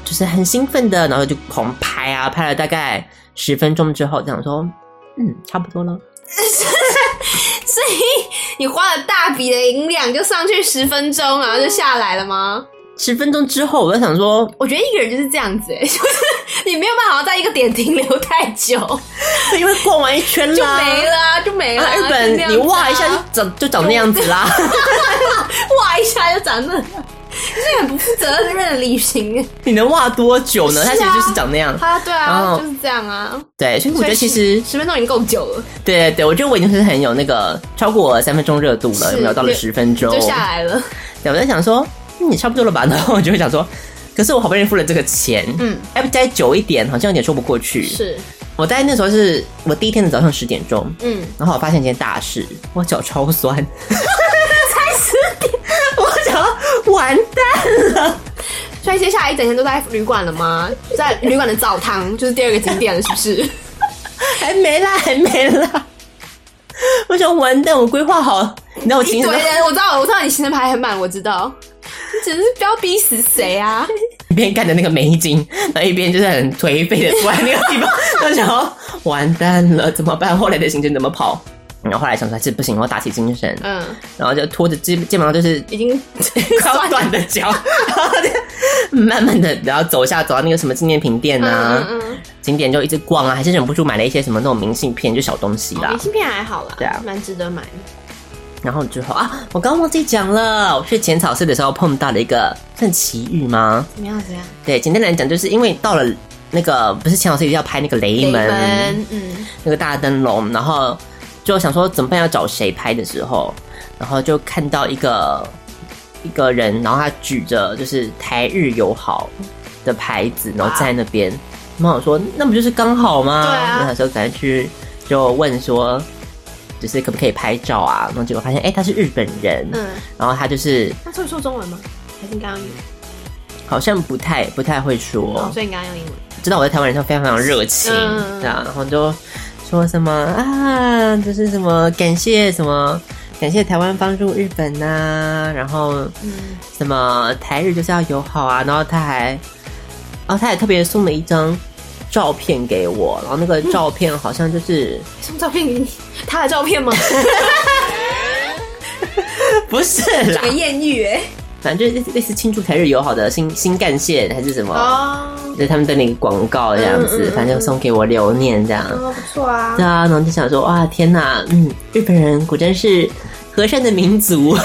Speaker 2: 就是很兴奋的，然后就狂拍啊，拍了大概十分钟之后，这样说，嗯，差不多了。
Speaker 3: 所以你花了大笔的银两就上去十分钟，然后就下来了吗？
Speaker 2: 十分钟之后，我就想说，
Speaker 3: 我觉得一个人就是这样子、欸，就是你没有办法在一个点停留太久，
Speaker 2: 因为逛完一圈啦，
Speaker 3: 就没了、啊，就没了、啊。
Speaker 2: 啊、日本、啊、你挖一下就长就长那样子啦，
Speaker 3: 挖一下就长那样。这很不负责任的旅行。你
Speaker 2: 能挖多久呢？它、啊、其实就是长那样。
Speaker 3: 它对啊，就是这样啊。
Speaker 2: 对，所以我觉得其实
Speaker 3: 十分钟已经够久了。
Speaker 2: 对对对，我觉得我已经是很有那个超过我三分钟热度了，有没有到了十分钟
Speaker 3: 就下来了？
Speaker 2: 对，我在想说，嗯，也差不多了吧？然后我就会想说，可是我好不容易付了这个钱，嗯，要不再久一点，好像有点说不过去。
Speaker 3: 是。
Speaker 2: 我大概那时候是我第一天的早上十点钟，嗯，然后我发现一件大事，我脚超酸，
Speaker 3: 才十点，
Speaker 2: 我想完蛋了。
Speaker 3: 所以接下来一整天都在旅馆了吗？在旅馆的澡堂就是第二个景点了，是不是？
Speaker 2: 还没啦，还没啦。我想完蛋，我规划好，你知道我行程，
Speaker 3: 对，我知道，我知道你行程排很满，我知道。你只是不要逼死谁啊！
Speaker 2: 一边干着那个美金，然后一边就是很颓废的坐在那个地方，就想说完蛋了，怎么办？后来的行程怎么跑？然后后来想说，是不行，我要打起精神，嗯，然后就拖着肩肩膀，就是
Speaker 3: 已经
Speaker 2: 快要断的脚，然后就慢慢的，然后走下走到那个什么纪念品店啊，嗯嗯嗯景点就一直逛啊，还是忍不住买了一些什么那种明信片，就小东西啦。
Speaker 3: 哦、明信片还好啦，
Speaker 2: 对啊，
Speaker 3: 蛮值得买的。
Speaker 2: 然后之后啊，我刚刚忘记讲了，我去浅草寺的时候碰到了一个算奇遇吗？
Speaker 3: 怎么样？怎么样？
Speaker 2: 对，简单来讲，就是因为到了那个不是浅草寺要拍那个雷门，雷门嗯，那个大灯笼，然后就想说怎么办，要找谁拍的时候，然后就看到一个一个人，然后他举着就是台日友好的牌子，然后站在那边，然后我说那不就是刚好吗？
Speaker 3: 对啊，
Speaker 2: 那时候赶快去就问说。就是可不可以拍照啊？然后结果发现，哎、欸，他是日本人，嗯，然后他就是
Speaker 3: 他会说中文吗？还是你刚刚用？
Speaker 2: 好像不太不太会说，
Speaker 3: 哦，所以你刚刚用英文。
Speaker 2: 知道我在台湾人上非常非常热情，嗯、对啊，然后就说什么啊，就是什么感谢什么感谢台湾帮助日本呐、啊，然后嗯，什么台日就是要友好啊，然后他还，哦，他还特别送了一张。照片给我，然后那个照片好像就是
Speaker 3: 送照片给你，他的照片吗？
Speaker 2: 不是啦，
Speaker 3: 很艳遇哎，
Speaker 2: 反正就是类似庆祝台日友好的新新干线还是什么哦，就是他们的那个广告这样子，嗯嗯嗯反正就送给我留念这样，
Speaker 3: 哦不错啊，
Speaker 2: 对啊，然后就想说哇天哪，嗯，日本人果真是和善的民族，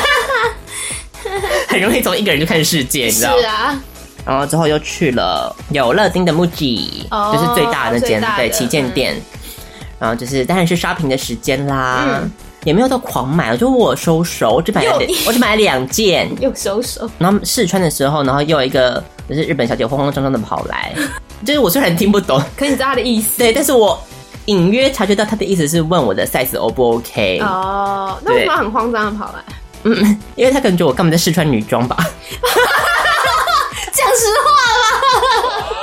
Speaker 2: 很容易从一个人就看世界，你知道？
Speaker 3: 是啊。
Speaker 2: 然后之后又去了有乐町的 Muji，、哦、就是最大的那间对旗舰店、嗯，然后就是当然是刷屏的时间啦，嗯、也没有到狂买，我就我收手，我只买了我只买了两件，
Speaker 3: 又收手。
Speaker 2: 然后试穿的时候，然后又有一个就是日本小姐慌慌张张的跑来，就是我虽然听不懂，
Speaker 3: 可你知道她的意思，
Speaker 2: 对，但是我隐约察觉到她的意思是问我的 size O 不 OK？
Speaker 3: 哦，那为什么很慌张的跑来？
Speaker 2: 嗯，因为他可能觉得我根本在试穿女装吧。
Speaker 3: 讲实话啦！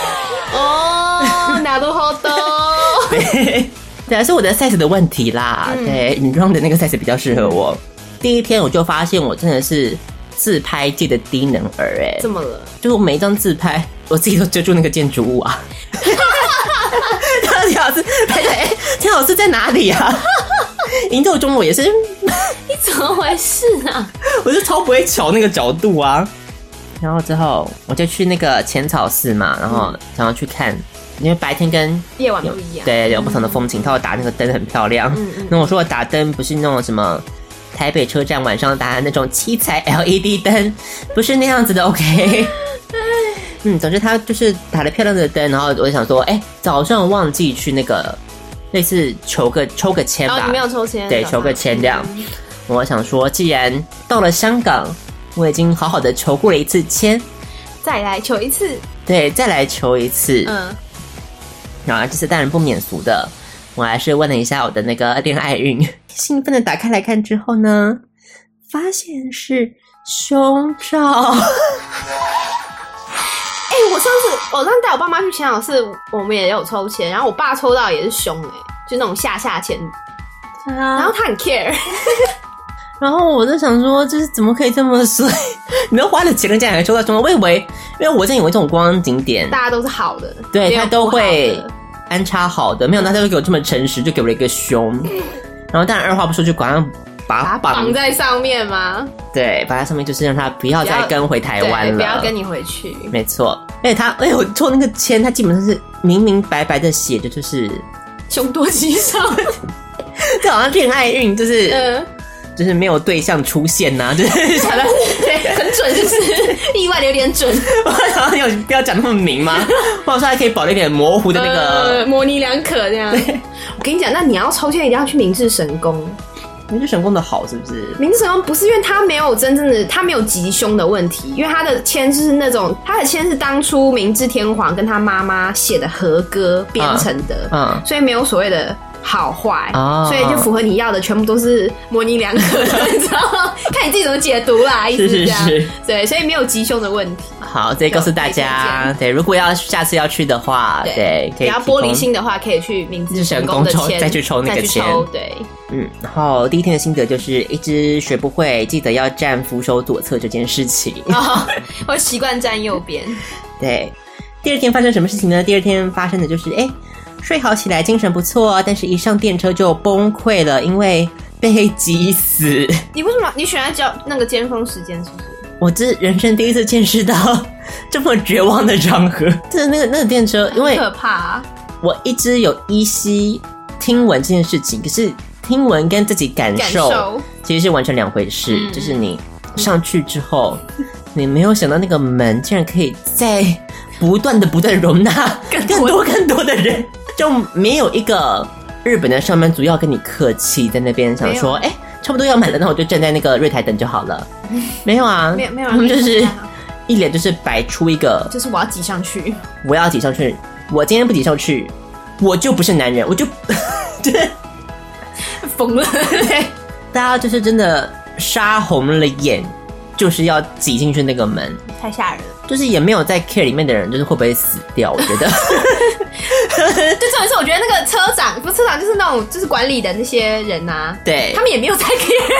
Speaker 3: 哦，哪都好多。
Speaker 2: 对，对，是我的 size 的问题啦。嗯、对，女装的那个 size 比较适合我。第一天我就发现我真的是自拍界的低能儿哎、欸。
Speaker 3: 怎么了？
Speaker 2: 就是我每一张自拍，我自己都遮住那个建筑物啊。田老师拍的哎，田老师在哪里啊？营救中我也是。
Speaker 3: 你怎么回事啊？
Speaker 2: 我就超不会瞧那个角度啊。然后之后我就去那个浅草寺嘛，然后想要去看，因为白天跟
Speaker 3: 夜晚不一样，
Speaker 2: 对，有不同的风情。他有打那个灯很漂亮，嗯嗯。那我说的打灯不是那种什么台北车站晚上打的那种七彩 L E D 灯，不是那样子的 ，OK。嗯，总之他就是打了漂亮的灯，然后我就想说，哎、欸，早上忘记去那个类似求个抽个签吧，
Speaker 3: 哦，你没有抽签，
Speaker 2: 对，求个签这样。嗯、我想说，既然到了香港。我已经好好的求过了一次签，
Speaker 3: 再来求一次，
Speaker 2: 对，再来求一次，嗯，然后这次当然不免俗的，我还是问了一下我的那个恋爱运，兴奋的打开来看之后呢，发现是胸罩。哎、
Speaker 3: 欸，我上次我上次带我爸妈去浅草寺，我们也有抽签，然后我爸抽到也是胸、欸，哎，就那种下下签，
Speaker 2: 对啊，
Speaker 3: 然后他很 care。
Speaker 2: 然后我就想说，就是怎么可以这么衰？你们花了钱，人家还收到中，我以为，因为我真以为这种观光景点，
Speaker 3: 大家都是好的，
Speaker 2: 对他都会安插好的，没有，他就给我这么诚实，就给我了一个凶。然后当然二话不说就赶快把它绑
Speaker 3: 绑在上面吗？
Speaker 2: 对，绑在上面就是让他不要再跟回台湾了，
Speaker 3: 不要跟你回去。
Speaker 2: 没错，而且他，哎，我抽那个签，他基本上是明明白白的写着，就是
Speaker 3: 凶多吉少，
Speaker 2: 这好像恋爱运，就是。
Speaker 3: 嗯
Speaker 2: 就是没有对象出现呐、啊，就是讲的
Speaker 3: 对，很准，就是意外的有点准。
Speaker 2: 我想你有不要讲那么明吗？或者说还可以保留一点模糊的那个、
Speaker 3: 呃、模棱两可这样。我跟你讲，那你要抽签一定要去明治神宫。
Speaker 2: 明治神宫的好是不是？
Speaker 3: 明治神宫不是因为它没有真正的，它没有吉凶的问题，因为它的签就是那种，它的签是当初明治天皇跟他妈妈写的和歌编成的，嗯，嗯所以没有所谓的。好坏、哦，所以就符合你要的，全部都是模棱两可的，你知道吗？看你自己怎么解读啦，意思是这样。是是是对，所以没有吉凶的问题。
Speaker 2: 好，这告诉大家，对，如果要下次要去的话，对，对可以。
Speaker 3: 你要玻璃心的话，可以去明治神宫的签，
Speaker 2: 再去抽那个签。
Speaker 3: 对，
Speaker 2: 嗯，然后第一天的心得就是，一直学不会，记得要站扶手左侧这件事情。
Speaker 3: 哦，我习惯站右边。
Speaker 2: 对，第二天发生什么事情呢？第二天发生的就是，哎。睡好起来精神不错，但是一上电车就崩溃了，因为被挤死。
Speaker 3: 你为什么你选在叫那个尖峰时间是不是？
Speaker 2: 我这人生第一次见识到这么绝望的场合。就是那个那个电车，因为
Speaker 3: 可怕、啊。
Speaker 2: 我一直有依稀听闻这件事情，可是听闻跟自己感受, 感受其实是完全两回事、嗯。就是你上去之后，你没有想到那个门竟然可以在不断的不断的容纳更多更多的人。就没有一个日本的上班族要跟你客气，在那边想说，哎、欸，差不多要满了，那我就站在那个柜台等就好了。没有啊，
Speaker 3: 没有没有，
Speaker 2: 他们就是一脸就是摆出一个，
Speaker 3: 就是我要挤上去，
Speaker 2: 我要挤上去，我今天不挤上去，我就不是男人，我就就是
Speaker 3: 疯了。对，
Speaker 2: 大家就是真的杀红了眼，就是要挤进去那个门，
Speaker 3: 太吓人了。
Speaker 2: 就是也没有在 care 里面的人，就是会不会死掉？我觉得，
Speaker 3: 就重点是我觉得那个车长不是车长，就是那种就是管理的那些人啊，
Speaker 2: 对，
Speaker 3: 他们也没有在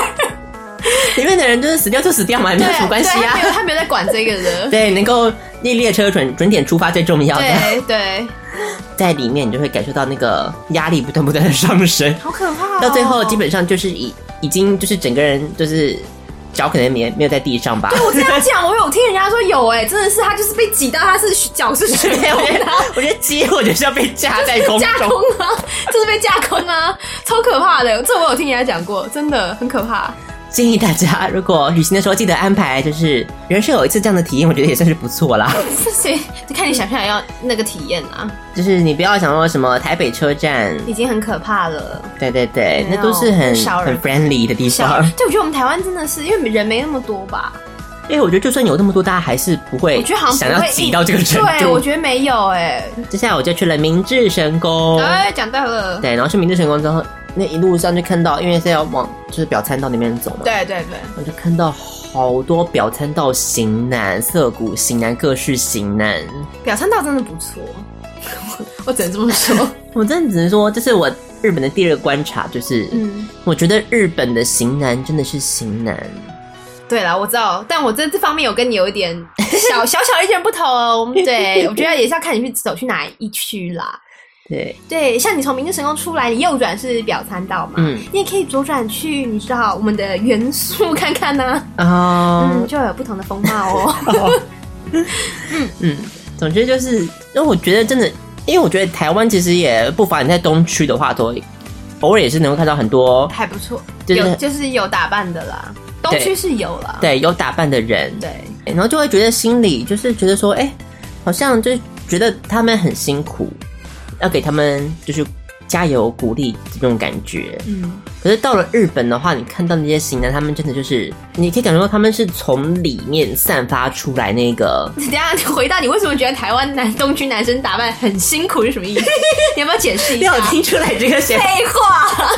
Speaker 3: care
Speaker 2: 里面的人，就是死掉就死掉嘛，没有什么关系啊。
Speaker 3: 他没有他没有在管这个的，
Speaker 2: 对，能够列列车准准点出发最重要的。
Speaker 3: 对对，
Speaker 2: 在里面你就会感受到那个压力不断不断的上升，
Speaker 3: 好可怕、哦。
Speaker 2: 到最后基本上就是已已经就是整个人就是。脚可能没没有在地上吧？
Speaker 3: 对，我这样讲，我有听人家说有哎、欸，真的是他就是被挤到，他是脚是悬空的。
Speaker 2: 我觉得机或者是要被架在空中，
Speaker 3: 架空啊，就是被架空啊，超可怕的。这我有听人家讲过，真的很可怕。
Speaker 2: 建议大家如果旅行的时候记得安排，就是人生有一次这样的体验，我觉得也算是不错啦。
Speaker 3: 是，就看你想不想要那个体验啊。
Speaker 2: 就是你不要想说什么台北车站
Speaker 3: 已经很可怕了，
Speaker 2: 对对对，那都是很很 friendly 的地方。
Speaker 3: 对，我觉得我们台湾真的是因为人没那么多吧。
Speaker 2: 因为我觉得就算有那么多，大家还是不会，
Speaker 3: 我觉得好像
Speaker 2: 想要挤到这个程度。
Speaker 3: 对，我觉得没有哎、欸。
Speaker 2: 接下来我就去了明治神宫，
Speaker 3: 哎，讲到了。
Speaker 2: 对，然后去明治神宫之后。那一路上就看到，因为是要往就是表参道那边走嘛，
Speaker 3: 对对对，
Speaker 2: 我就看到好多表参道型男、涩谷型男、各式型男。
Speaker 3: 表参道真的不错，我只能这么说。
Speaker 2: 我真的只能说，这是我日本的第二个观察，就是，嗯，我觉得日本的型男真的是型男。
Speaker 3: 对啦，我知道，但我在这方面有跟你有一点小小小的一点不同。对，我觉得也是要看你去走去哪一区啦。
Speaker 2: 对
Speaker 3: 对，像你从明治神宫出来，你右转是表参道嘛，嗯，你也可以左转去，你知道我们的元素看看呢、啊，哦，嗯，就有不同的风貌哦。哦
Speaker 2: 嗯嗯，总之就是，因为我觉得真的，因为我觉得台湾其实也不乏你在东区的话，都偶尔也是能够看到很多
Speaker 3: 还不错，
Speaker 2: 就是
Speaker 3: 有就是有打扮的啦，东区是有啦，
Speaker 2: 对，有打扮的人，
Speaker 3: 对，
Speaker 2: 然后就会觉得心里就是觉得说，哎、欸，好像就觉得他们很辛苦。要给他们就是加油鼓励这种感觉，嗯。可是到了日本的话，你看到那些型男，他们真的就是你可以感觉到他们是从里面散发出来那个。
Speaker 3: 等一下，你回答你为什么觉得台湾男东区男生打扮很辛苦是什么意思？你要不要解释一下？
Speaker 2: 没有听出来这个废
Speaker 3: 话。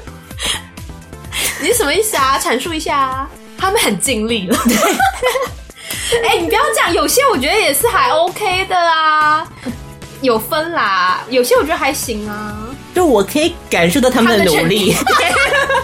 Speaker 3: 你是什么意思啊？阐述一下啊。他们很尽力了。哎、欸，你不要这样，有些我觉得也是还 OK 的啊。有分啦，有些我觉得还行啊。
Speaker 2: 就我可以感受到他们的努力。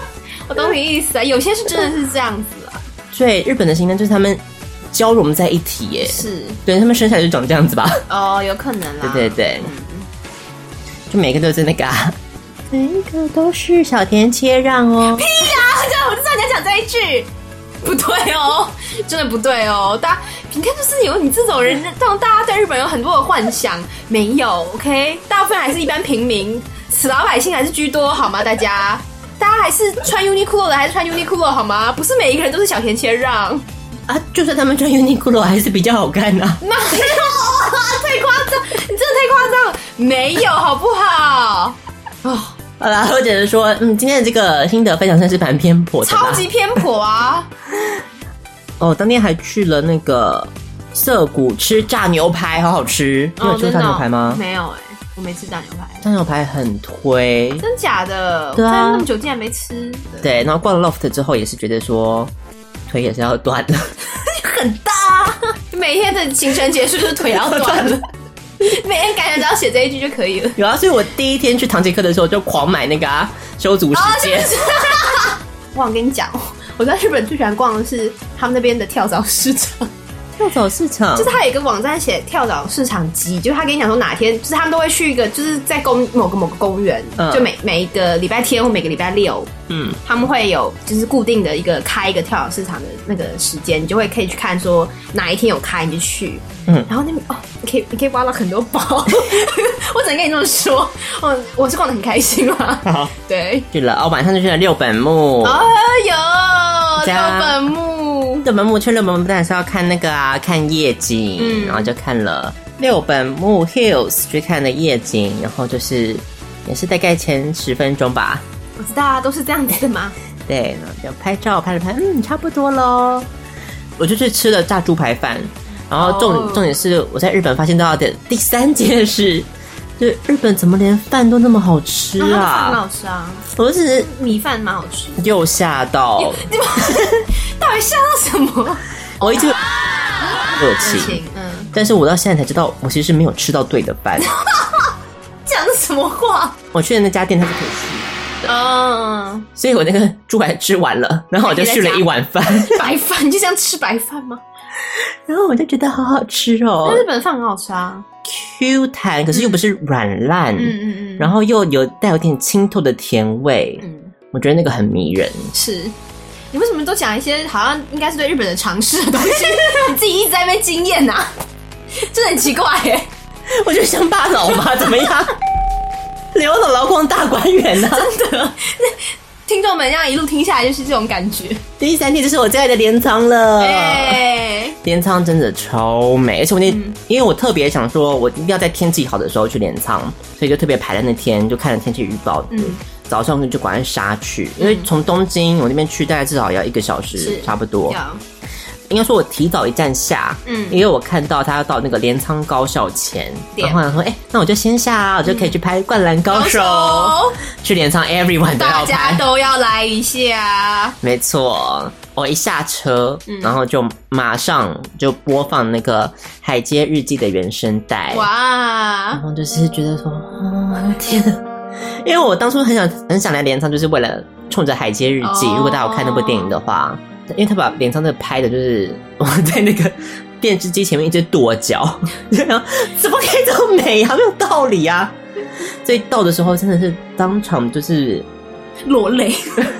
Speaker 3: 我懂你意思啊，有些是真的是这样子啊。
Speaker 2: 对，日本的形象就是他们交融在一起耶，
Speaker 3: 是，
Speaker 2: 对他们生下来就长这样子吧？
Speaker 3: 哦，有可能啦。
Speaker 2: 对对对，嗯、就每个都是那个、啊，每个都是小田切让哦。
Speaker 3: 屁呀、啊！这样我就知道你要讲这一句，不对哦，真的不对哦。大家你看，就是有你这种人，让大家对日本有很多的幻想，没有 OK， 大部分还是一般平民，死老百姓还是居多，好吗？大家。大家还是穿 Uniqlo 的，还是穿 Uniqlo 好吗？不是每一个人都是小田切让
Speaker 2: 啊！就算他们穿 Uniqlo 还是比较好看啊！
Speaker 3: 没有啊，太夸张！你真的太夸张，没有好不好？哦，
Speaker 2: 好啦，或者是说，嗯，今天的这个心得分享算是蛮偏颇的，
Speaker 3: 超级偏颇啊！
Speaker 2: 哦，当天还去了那个涩谷吃炸牛排，好好吃。你有吃过炸牛排吗？
Speaker 3: 没有哎、欸。我没吃炸牛排，
Speaker 2: 炸牛排很推，
Speaker 3: 真假的？
Speaker 2: 对啊，
Speaker 3: 我那么久竟然没吃。
Speaker 2: 对，然后逛了 loft 之后，也是觉得说腿也是要断了，
Speaker 3: 很大。每天的行程结束就是腿要断了，每天感觉只要写这一句就可以了。
Speaker 2: 有啊，所以我第一天去唐吉诃德的时候就狂买那个啊修足时间。
Speaker 3: 哦、我想跟你讲，我在日本最喜欢逛的是他们那边的跳蚤市场。
Speaker 2: 跳蚤市场
Speaker 3: 就是他有一个网站写跳蚤市场集，就是他跟你讲说哪天，就是他们都会去一个，就是在公某个某个公园、嗯，就每每一个礼拜天或每个礼拜六，嗯，他们会有就是固定的一个开一个跳蚤市场的那个时间，你就会可以去看说哪一天有开你就去，嗯，然后那边哦，你可以你可以挖到很多宝，我只能跟你这么说，我我是逛得很开心啦，好，对，
Speaker 2: 去了，哦，晚上就去了六本木，
Speaker 3: 哦哟，六本木。
Speaker 2: 六本木去六本木当然是要看那个啊，看夜景、嗯，然后就看了六本木 Hills 去看了夜景，然后就是也是大概前十分钟吧。
Speaker 3: 我知道啊，都是这样子的嘛。
Speaker 2: 对，然后就拍照拍了拍，嗯，差不多咯。我就去吃了炸猪排饭，然后重、oh. 重点是我在日本发现到的第三件事。就日本怎么连饭都那么好吃啊？
Speaker 3: 饭很好吃啊！
Speaker 2: 我只是
Speaker 3: 米饭蛮好吃，
Speaker 2: 又吓到，
Speaker 3: 你们到底吓到什么？
Speaker 2: 我一直热情，嗯，但是我到现在才知道，我其实是没有吃到对的饭。
Speaker 3: 讲的什么话？
Speaker 2: 我去的那家店它是可以续的，
Speaker 3: 嗯，
Speaker 2: 所以我那个猪排吃完了，然后我就续了一碗饭，
Speaker 3: 白饭，你就这样吃白饭吗？
Speaker 2: 然后我就觉得好好吃哦，
Speaker 3: 日本饭很好吃啊。
Speaker 2: Q 弹，可是又不是软烂，嗯嗯嗯，然后又有带有点清透的甜味，嗯，我觉得那个很迷人。
Speaker 3: 是，你为什么都讲一些好像应该是对日本人常识的东西，你自己一直在那边经验呐？真的很奇怪耶。
Speaker 2: 我就乡巴佬嘛，怎么样？刘老劳工大观园啊，
Speaker 3: 真的。听众们这样一路听下来就是这种感觉。
Speaker 2: 第三天就是我最爱的镰仓了，
Speaker 3: 哎，
Speaker 2: 镰仓真的超美，而且我那、嗯、因为我特别想说，我一定要在天气好的时候去镰仓，所以就特别排在那天就看了天气预报，嗯，早上就赶快杀去，因为从东京我那边去大概至少要一个小时，差不多。应该说我提早一站下，嗯，因为我看到他要到那个镰仓高校前，然後我想说，哎、欸，那我就先下啊，我就可以去拍《灌篮高手》嗯，去镰仓 everyone 都要拍，
Speaker 3: 大家都要来一下。
Speaker 2: 没错，我一下车，嗯、然后就马上就播放那个《海街日记》的原声带，哇！然后就是觉得说，哦天啊，因为我当初很想很想来镰仓，就是为了冲着《海街日记》哦。如果大家有看那部电影的话。因为他把镰仓的拍的就是我在那个电视机前面一直跺脚，然后怎么可以这么美啊？没有道理啊！所以到的时候真的是当场就是
Speaker 3: 落泪，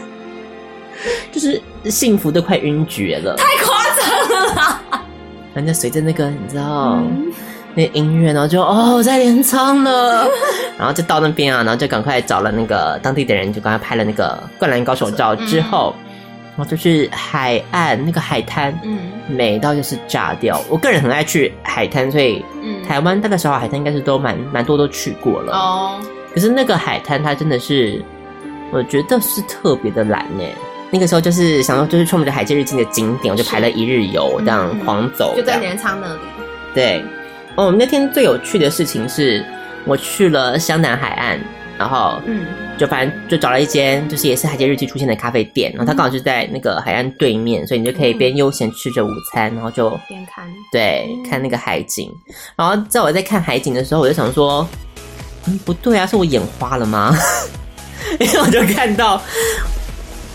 Speaker 2: 就是幸福的快晕厥了，
Speaker 3: 太夸张了啦！
Speaker 2: 然后就随着那个你知道、嗯、那个音乐，然后就哦在镰仓了，然后就到那边啊，然后就赶快找了那个当地的人，就赶快拍了那个灌篮高手照之后。嗯，然后就是海岸那个海滩，嗯，美到就是炸掉。我个人很爱去海滩，所以，嗯，台湾大概小海滩应该是都蛮蛮多都去过了。哦，可是那个海滩它真的是，我觉得是特别的蓝耶。那个时候就是想说，就是冲着海街日记的景点，我就排了一日游，这样狂走，
Speaker 3: 就在镰仓那里。
Speaker 2: 对，哦，我们那天最有趣的事情是，我去了湘南海岸。然后，嗯，就反正就找了一间，就是也是海街日记出现的咖啡店，然后它刚好就在那个海岸对面，所以你就可以边悠闲吃着午餐，然后就
Speaker 3: 边看，
Speaker 2: 对，看那个海景。然后在我在看海景的时候，我就想说，嗯，不对啊，是我眼花了吗？因为我就看到，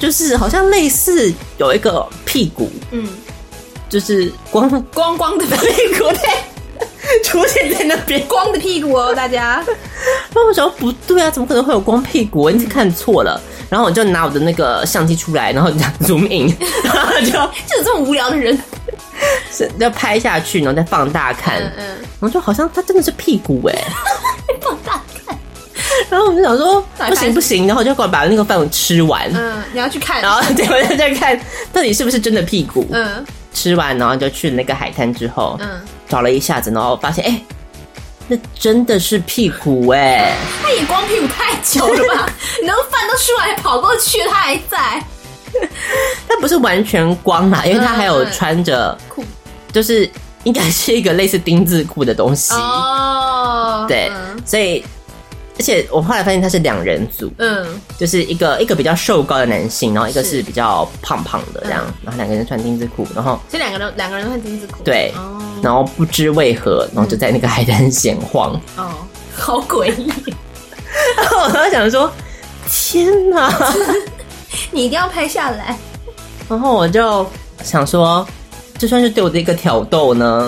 Speaker 2: 就是好像类似有一个屁股，嗯，就是光
Speaker 3: 光光的屁股，对，
Speaker 2: 出现在那边，
Speaker 3: 光的屁股哦，大家。
Speaker 2: 然后我想不对啊，怎么可能会有光屁股？你是看错了。然后我就拿我的那个相机出来，然后就 zoom in， 然后就
Speaker 3: 就是这么无聊的人，
Speaker 2: 是要拍下去，然后再放大看，嗯嗯，然后就好像它真的是屁股哎、
Speaker 3: 欸，放大看。
Speaker 2: 然后我就想说不行不行，然后我就把那个饭吃完。
Speaker 3: 嗯，你要去看，
Speaker 2: 然后对，我就在看到底是不是真的屁股。
Speaker 3: 嗯，
Speaker 2: 吃完然后就去那个海滩之后，嗯，找了一下子，然后发现哎、欸，那真的是屁股哎、欸！
Speaker 3: 他也光屁股太久了吧？你那个饭都出来跑过去，他还在。
Speaker 2: 他不是完全光啦，因为他还有穿着裤、嗯，就是应该是一个类似丁字裤的东西哦。对、嗯，所以而且我后来发现他是两人组，嗯，就是一个一个比较瘦高的男性，然后一个是比较胖胖的这样，嗯、然后两个人穿丁字裤，然后
Speaker 3: 所以两个人两个人都穿丁字裤，
Speaker 2: 对、哦，然后不知为何，然后就在那个海滩闲晃，
Speaker 3: 哦，好诡异。
Speaker 2: 然后我当时想说，天哪！
Speaker 3: 你一定要拍下来。
Speaker 2: 然后我就想说，这算是对我的一个挑逗呢。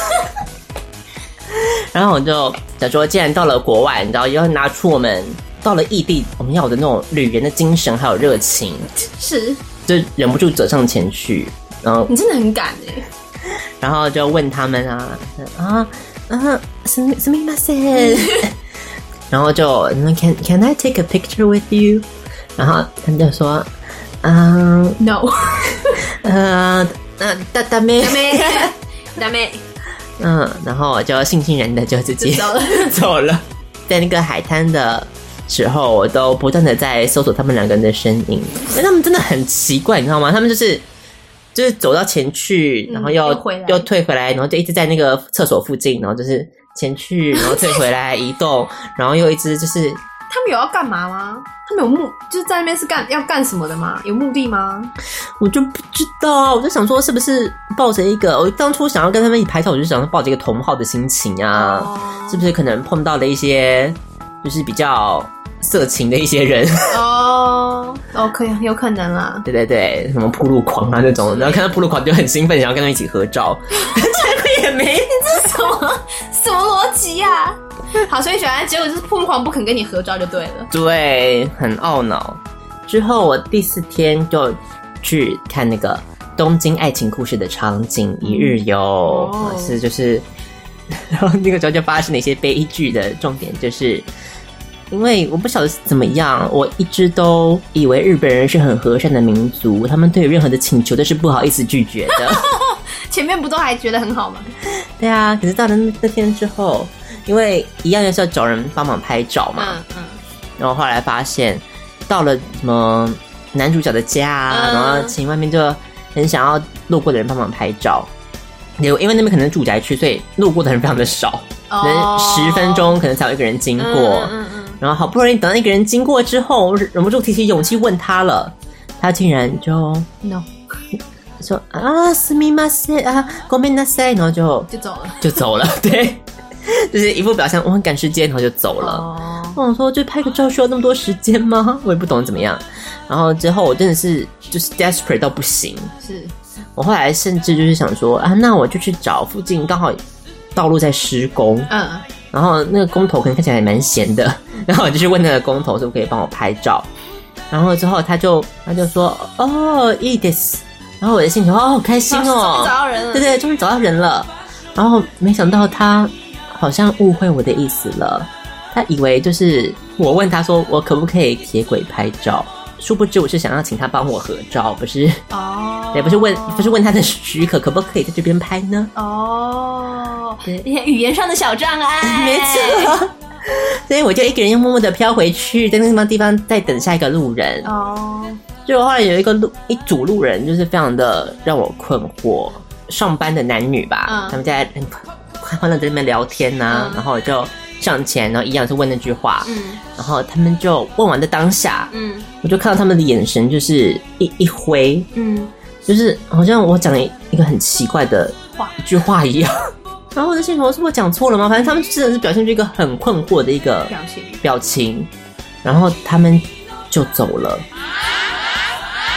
Speaker 2: 然后我就想说，既然到了国外，你知道，要拿出我们到了异地我们要有的那种旅人的精神还有热情，
Speaker 3: 是，
Speaker 2: 就忍不住走上前去。然后
Speaker 3: 你真的很敢哎。
Speaker 2: 然后就问他们啊啊啊，什么什么意思？然后就 Can Can I take a picture with you？ 然后他就说，嗯、um,
Speaker 3: ，No，
Speaker 2: 呃，呃，大大妹，
Speaker 3: 大妹，大妹，
Speaker 2: 嗯，然后我就悻悻然的就直接
Speaker 3: 走了，
Speaker 2: 走了。在那个海滩的时候，我都不断的在搜索他们两个人的身影，因为他们真的很奇怪，你知道吗？他们就是就是走到前去，然后又、嗯、又, 又退回来，然后就一直在那个厕所附近，然后就是前去，然后退回来移动，然后又一直就是。
Speaker 3: 他们有要干嘛吗？他们有目就是在那边是干要干什么的吗？有目的吗？
Speaker 2: 我就不知道啊！我就想说，是不是抱着一个我当初想要跟他们一起拍照，我就想说抱着一个同好的心情啊，哦、是不是可能碰到了一些就是比较色情的一些人？哦
Speaker 3: 哦，可以，有可能啦。
Speaker 2: 对对对，什么铺路狂啊那种，然后看到铺路狂就很兴奋，想要跟他们一起合照，结果也没，
Speaker 3: 你这是什么什么逻辑啊？好，所以小安结果就是铺路狂不肯跟你合照就对了。
Speaker 2: 对，很懊恼。之后我第四天就去看那个东京爱情故事的场景一日游，哦、是就是，然后那个时候就发生了一些悲剧的重点，就是因为我不晓得是怎么样，我一直都以为日本人是很和善的民族，他们对于任何的请求都是不好意思拒绝的。
Speaker 3: 前面不都还觉得很好吗？
Speaker 2: 对啊，可是到了那天之后。因为一样就是要找人帮忙拍照嘛，嗯嗯，然后后来发现到了什么男主角的家啊，嗯、然后请外面就很想要路过的人帮忙拍照，因为那边可能是住宅区，所以路过的人非常的少，可能十分钟可能才有一个人经过，嗯嗯嗯，然后好不容易等到一个人经过之后，忍不住提起勇气问他了，他竟然就
Speaker 3: no
Speaker 2: 说啊すみません啊ごめんなさい，然后就
Speaker 3: 就走了，
Speaker 2: 就走了，对。就是一副表现我很赶时间，然后就走了。哦，我想说，就拍个照需要那么多时间吗？我也不懂怎么样。然后之后我真的是就是 desperate 到不行。是，我后来甚至就是想说啊，那我就去找附近刚好道路在施工，嗯，然后那个工头可能看起来也蛮闲的，然后我就去问那个工头说可以帮我拍照。然后之后他就他就说哦，いいです。然后我的心情哦，好开心哦，
Speaker 3: 终于找到人了，
Speaker 2: 对对，终于找到人了。然后没想到他。好像误会我的意思了，他以为就是我问他说我可不可以铁轨拍照，殊不知我是想要请他帮我合照，不是哦，也不是问不是问他的许可可不可以在这边拍呢？哦，
Speaker 3: 对，一些语言上的小障碍，
Speaker 2: 没错。所以我就一个人又默默的飘回去，在那个地方再等下一个路人。哦，就后来有一个路一组路人，就是非常的让我困惑，上班的男女吧，嗯、他们在。欢乐在那边聊天啊、嗯、然后我就上前，然后一样是问那句话，嗯，然后他们就问完的当下，嗯，我就看到他们的眼神就是一一挥，嗯，就是好像我讲了一个很奇怪的话一句话一样，然后我就心想是我讲错了吗？反正他们真的是表现出一个很困惑的一个表情，表情，然后他们就走了。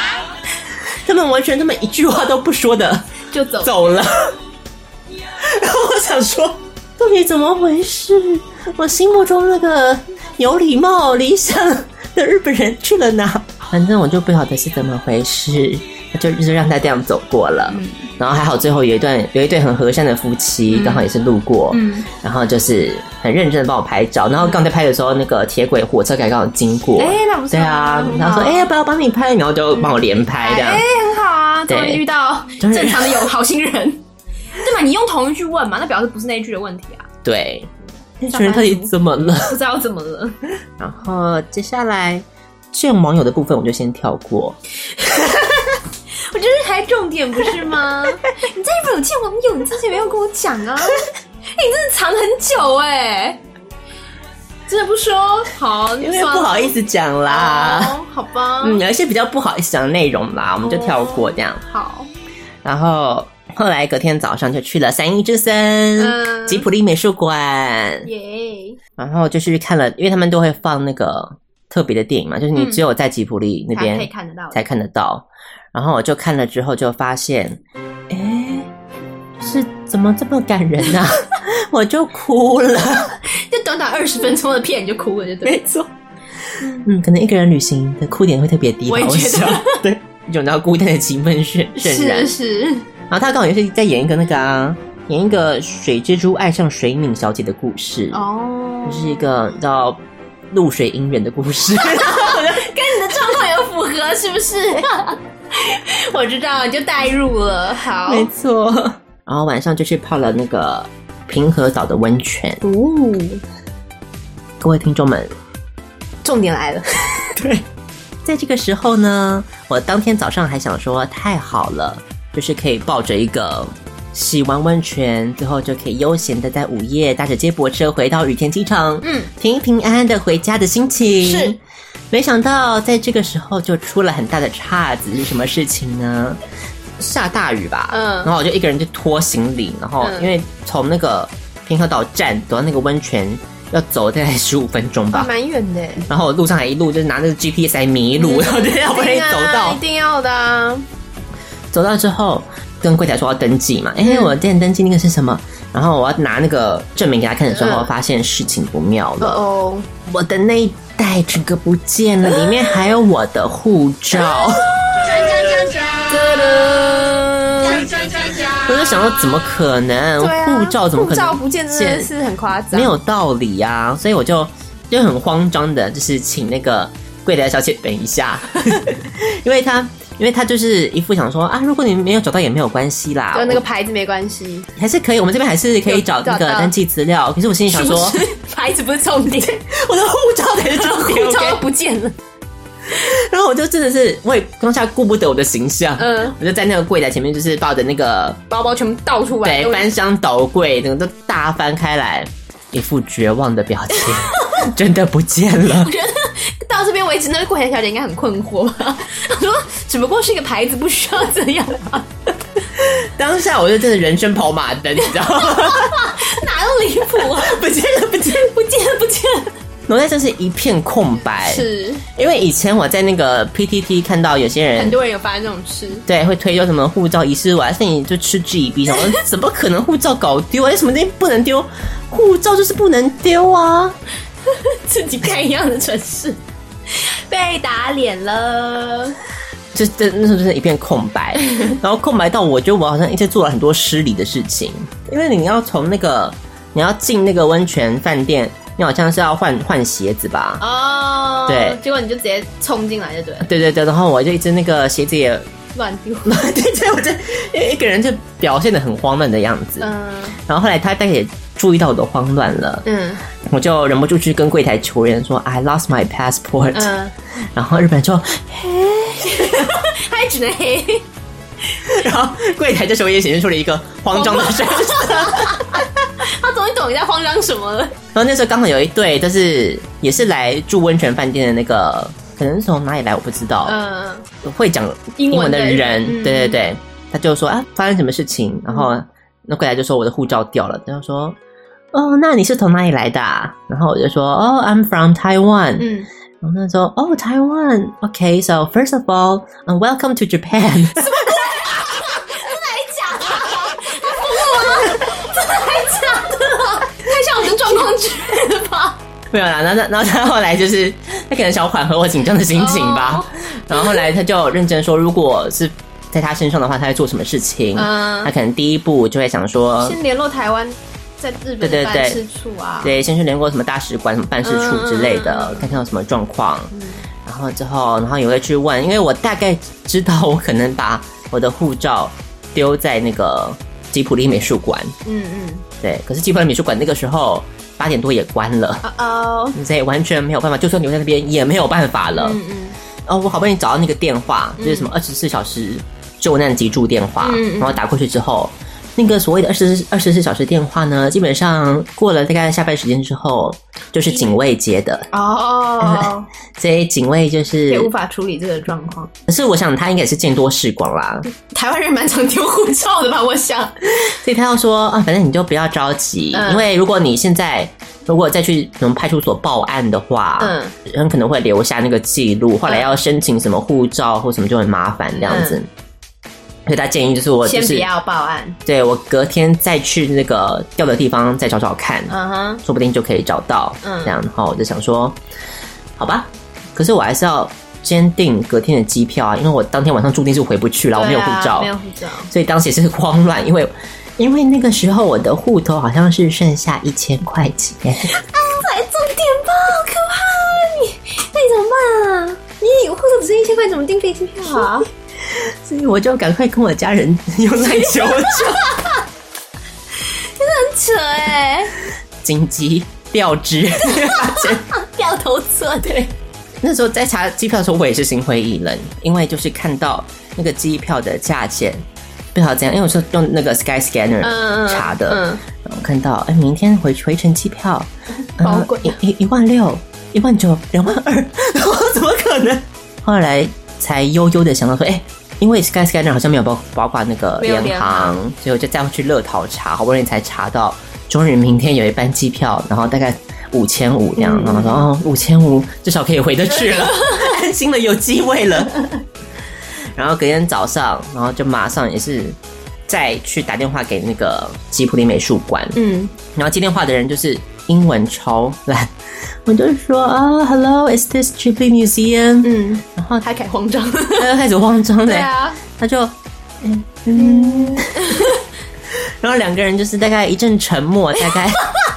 Speaker 2: 们完全他们一句话都不说的
Speaker 3: 就走
Speaker 2: 走了。然后我想说，到底怎么回事？我心目中那个有礼貌、理想的日本人去了哪？反正我就不晓得是怎么回事，就就让他这样走过了。嗯、然后还好，最后有一段有一对很和善的夫妻，刚、嗯、好也是路过，嗯，然后就是很认真的帮我拍照。然后刚在拍的时候，那个铁轨火车刚刚好经过，
Speaker 3: 哎、欸，那不是
Speaker 2: 对啊，然后说哎、欸、要不要帮你拍？然后就帮我连拍这样，
Speaker 3: 哎、欸，很好啊，终于遇到正常的有好心人。对嘛？你用同一句问嘛，那表示不是那一句的问题啊。
Speaker 2: 对，那群人到底怎么了？
Speaker 3: 不知道怎么了。
Speaker 2: 然后接下来见网友的部分我就先跳过。
Speaker 3: 我觉得才重点不是吗？你在日本有见网友，你之前没有跟我讲啊？欸、你真的藏很久哎、欸，真的不说好，
Speaker 2: 因为不好意思讲啦。
Speaker 3: 哦，好吧。
Speaker 2: 嗯，有一些比较不好意思讲的内容啦，我们就跳过这样。
Speaker 3: 哦、好。
Speaker 2: 然后后来隔天早上就去了三一之森、嗯、吉卜力美术馆，
Speaker 3: 耶。
Speaker 2: 然后就去看了，因为他们都会放那个特别的电影嘛，就是你只有在吉卜力那边、
Speaker 3: 嗯、才可以看得到，
Speaker 2: 才看得到。然后我就看了之后就发现，哎，是怎么这么感人啊？我就哭了，
Speaker 3: 就短短二十分钟的片你就哭了，就对，
Speaker 2: 没错。嗯，可能一个人旅行的哭点会特别低，
Speaker 3: 我也觉得，
Speaker 2: 对，一种到孤单的气氛渲渲染，
Speaker 3: 是是。
Speaker 2: 然后他刚好也是在演一个那个啊，演一个水蜘蛛爱上水敏小姐的故事哦，就是一个叫露水姻缘的故事，跟
Speaker 3: 你的状况有符合是不是？我知道，你就带入了，好，
Speaker 2: 没错。然后晚上就去泡了那个平和岛的温泉。哦，各位听众们，
Speaker 3: 重点来了，
Speaker 2: 对，在这个时候呢，我当天早上还想说，太好了。就是可以抱着一个洗完温泉之后就可以悠闲的在午夜搭着接驳车回到羽田机场，嗯，平平安安的回家的心情。是，没想到在这个时候就出了很大的岔子，是什么事情呢？下大雨吧，嗯，然后我就一个人就拖行李，然后因为从那个平和岛站走到那个温泉要走大概十五分钟吧，
Speaker 3: 蛮远的。
Speaker 2: 然后我路上还一路就是拿那个 G P S 来迷路，然后就要不然走到，
Speaker 3: 一定要的啊。
Speaker 2: 走到之后跟柜台说要登记嘛，哎、欸，我之前登记那个是什么？然后我要拿那个证明给他看的时候，嗯、发现事情不妙了。哦，我的那一袋整个不见了，里面还有我的护照。我就想说，怎么可能？护、啊、照怎么可能？
Speaker 3: 护照不见真的是很夸张，
Speaker 2: 没有道理啊！所以我就就很慌张的，就是请那个柜台小姐等一下，因为他。因为他就是一副想说啊，如果你没有找到也没有关系啦，
Speaker 3: 就那个牌子没关系，
Speaker 2: 还是可以，我们这边还是可以找那个登记资料。可是我心里想说，
Speaker 3: 是是牌子不是重点，
Speaker 2: 我的护照才是重点，
Speaker 3: 护照都不见了。
Speaker 2: 然后我就真的是，我也当下顾不得我的形象，嗯，我就在那个柜台前面，就是抱着那个
Speaker 3: 包包全部倒出来，
Speaker 2: 对，翻箱倒柜，整个都大翻开来，一副绝望的表情，真的不见了。
Speaker 3: 我觉得到这边为止，那个柜台小姐应该很困惑吧？她说，只不过是一个牌子，不需要这样吧？
Speaker 2: 当下我就真的人生跑马灯，你知道吗？
Speaker 3: 哪那么离谱啊？
Speaker 2: 不见了，不见了，
Speaker 3: 不见了，不见了。
Speaker 2: 脑袋真是一片空白，
Speaker 3: 是
Speaker 2: 因为以前我在那个 P T T 看到有些人，
Speaker 3: 很多人有发生这种事，对，
Speaker 2: 会推说什么护照遗失，我还是你就吃 G B， 什么怎么可能护照搞丢啊？有什么东西不能丢？护照就是不能丢啊！
Speaker 3: 自己干一样的蠢事，被打脸了。
Speaker 2: 就那时候真的一片空白，然后空白到我觉得我好像一直做了很多失礼的事情，因为你要从那个你要进那个温泉饭店。你好像是要换换鞋子吧？哦，对，
Speaker 3: 结果你就直接冲进来就对了。
Speaker 2: 对对对，然后我就一直那个鞋子也
Speaker 3: 乱丢，
Speaker 2: 对对，我就一个人就表现得很慌乱的样子。嗯，然后后来他大概也注意到我的慌乱了。嗯，我就忍不住去跟柜台求人说 I lost my passport。嗯，然后日本人说嘿，
Speaker 3: 他也只能嘿。
Speaker 2: 然后柜台这时候也显现出了一个慌张的神色。
Speaker 3: 他终于懂你在慌张什么了。
Speaker 2: 然后那时候刚好有一对，就是也是来住温泉饭店的那个，可能是从哪里来我不知道，嗯，会讲英文的人，嗯、对对对，他就说啊，发生什么事情？然后、嗯、那柜台就说我的护照掉了，他就说哦，那你是从哪里来的啊？然后我就说哦 ，I'm from Taiwan。嗯。然后他说哦，台湾 ，OK，so、okay, first of all, um, welcome to Japan。什么？ 没有啦，然后然后他后来就是他可能想缓和我紧张的心情吧， oh. 然后后来他就认真说，如果是在他身上的话，他会做什么事情？嗯，他可能第一步就会想说，
Speaker 3: 先联络台湾在日本的办事处啊，
Speaker 2: 对，对，先去联络什么大使馆、什么办事处之类的，嗯、看看有什么状况。嗯，然后之后，然后也会去问，因为我大概知道我可能把我的护照丢在那个吉普力美术馆。嗯嗯，对，可是吉普力美术馆那个时候八点多也关了，哦、uh， 所以完全没有办法，就算留在那边也没有办法了。嗯嗯，哦，我好不容易找到那个电话，就是什么二十四小时救难急助电话，嗯嗯，然后打过去之后，那个所谓的二十二十四小时电话呢，基本上过了大概下班时间之后，就是警卫接的哦，所以警卫就是
Speaker 3: 也无法处理这个状况。
Speaker 2: 可是我想他应该是见多识广啦，
Speaker 3: 台湾人蛮常丢护照的吧，我想。
Speaker 2: 所以他要说啊，反正你就不要着急，嗯、因为如果你现在如果再去什么派出所报案的话，嗯，很可能会留下那个记录，后来要申请什么护照或什么就很麻烦这样子。嗯，所以他建议就是我就是
Speaker 3: 先不要报案，
Speaker 2: 对，我隔天再去那个掉的地方再找找看，嗯哼，说不定就可以找到，嗯，这样，然后我就想说，好吧，可是我还是要坚定隔天的机票啊，因为我当天晚上注定是回不去了，啊、我没有护照，
Speaker 3: 没有护照，
Speaker 2: 所以当时也是慌乱，因为因为那个时候我的户头好像是剩下一千块钱，啊，
Speaker 3: 才重点吧，好可怕啊！你那你怎么办啊？你户头只剩一千块，怎么订飞机票啊？
Speaker 2: 所以我就赶快跟我家人用来求救，
Speaker 3: 真的很扯哎！
Speaker 2: 紧急调职，
Speaker 3: 掉头车。
Speaker 2: 对，那时候在查机票的时候，我也是心灰意冷，因为就是看到那个机票的价钱，不知道怎样，因为我是用那个 Sky Scanner 查的，嗯嗯、然后看到哎，明天回回程机票，
Speaker 3: 好贵，
Speaker 2: 一一一万六、一万九、两万二，然后怎么可能？后来才悠悠的想到说，哎。因为 Sky Scanner 好像没有包包括那个联航，所以我就再去乐淘查，好不容易才查到，终于明天有一班机票，然后大概五千五这样，嗯、然后说哦五千五至少可以回得去了，安心了，有机会了。然后隔天早上，然后就马上也是再去打电话给那个吉普力美术馆，嗯，然后接电话的人就是英文超烂。我就说啊 ，Hello, is this Ghibli Museum？ 嗯，然后
Speaker 3: 他开始慌张，
Speaker 2: 他就开始慌张嘞，对
Speaker 3: 啊，
Speaker 2: 他就嗯嗯，然后两个人就是大概一阵沉默，大概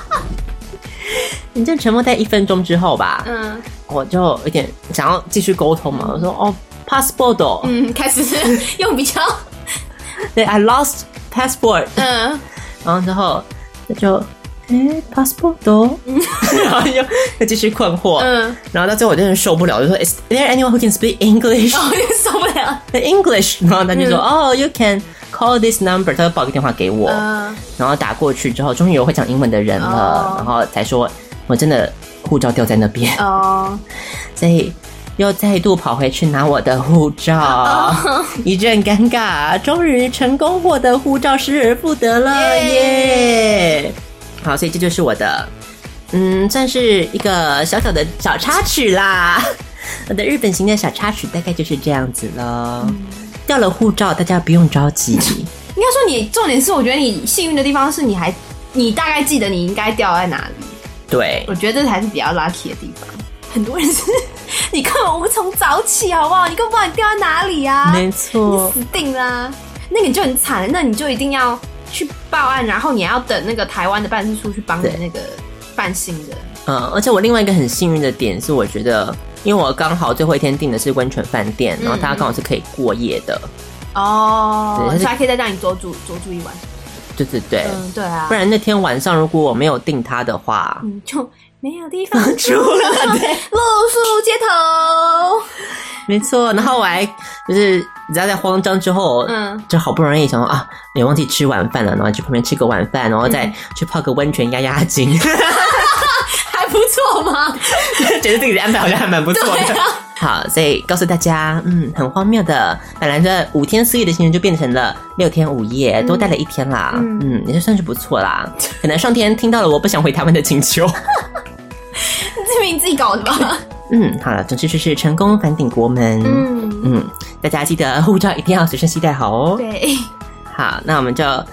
Speaker 2: 一阵沉默，在一分钟之后吧，嗯，我就有点想要继续沟通嘛，我说哦 ，passport，
Speaker 3: 嗯，开始用比较，
Speaker 2: 对 ，I lost passport， 嗯，然后之后他就。哎 ，passport， 然后又又继续困惑，嗯，然后到最后我真的受不了，就说 ，Is there anyone who can speak English？
Speaker 3: 哦，受不了
Speaker 2: ，English， 然后他就说，哦、嗯 oh, ，You can call this number， 他就报个电话给我，嗯、然后打过去之后，终于有会讲英文的人了，哦、然后才说我真的护照掉在那边，哦，所以又再度跑回去拿我的护照，哦、一阵尴尬，终于成功获得护照，失而复得了，耶！ Yeah! 好，所以这就是我的，嗯，算是一个小小的小插曲啦。我的日本行的小插曲大概就是这样子了。嗯、掉了护照，大家不用着急。应
Speaker 3: 该说你重点是，我觉得你幸运的地方是你还你大概记得你应该掉在哪里。
Speaker 2: 对，
Speaker 3: 我觉得这才是比较 lucky 的地方。很多人是你根本无从找起，好不好？你根本不知道你掉在哪里啊！
Speaker 2: 没错，
Speaker 3: 你死定啦、啊！那你就很惨，那你就一定要。去报案，然后你要等那个台湾的办事处去帮你那个办新的。
Speaker 2: 嗯，而且我另外一个很幸运的点是，我觉得，因为我刚好最后一天订的是温泉饭店，然后它刚好是可以过夜的。
Speaker 3: 哦，对，所以还可以再让你多住多住一晚。
Speaker 2: 对对对，
Speaker 3: 嗯，对啊。
Speaker 2: 不然那天晚上如果我没有订它的话，
Speaker 3: 嗯，就没有地方住了，对，露宿街头。
Speaker 2: 没错，然后我还就是你知道在慌张之后，嗯，就好不容易想说啊，也忘记吃晚饭了，然后去旁边吃个晚饭，然后再去泡个温泉压压惊，
Speaker 3: 还不错吗？
Speaker 2: 觉得自己的安排好像还蛮不错的。啊、好，所以告诉大家，嗯，很荒谬的，本来这五天四夜的行程就变成了六天五夜，多待了一天啦，嗯，嗯也就算是不错啦。可能上天听到了我不想回台湾的请求，
Speaker 3: 这名你自己搞的吧？
Speaker 2: 嗯，好了，总之就是成功返抵国门。嗯嗯，大家记得护照一定要随身携带好哦。
Speaker 3: 对，
Speaker 2: 好，那我们就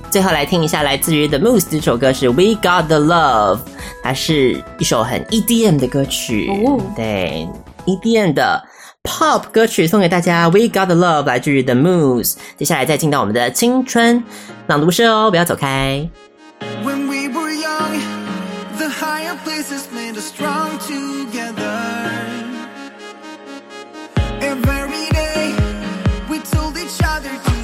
Speaker 2: 最后来听一下来自于 The Moose 这首歌是 We Got The Love， 它是一首很 E D M 的歌曲，哦、对 E D M 的 Pop 歌曲送给大家。 We Got The Love 来自于 The Moose。 接下来再进到我们的青春朗读社哦，不要走开。
Speaker 7: When we were young, the higher places made us strong together. Every day we told each other to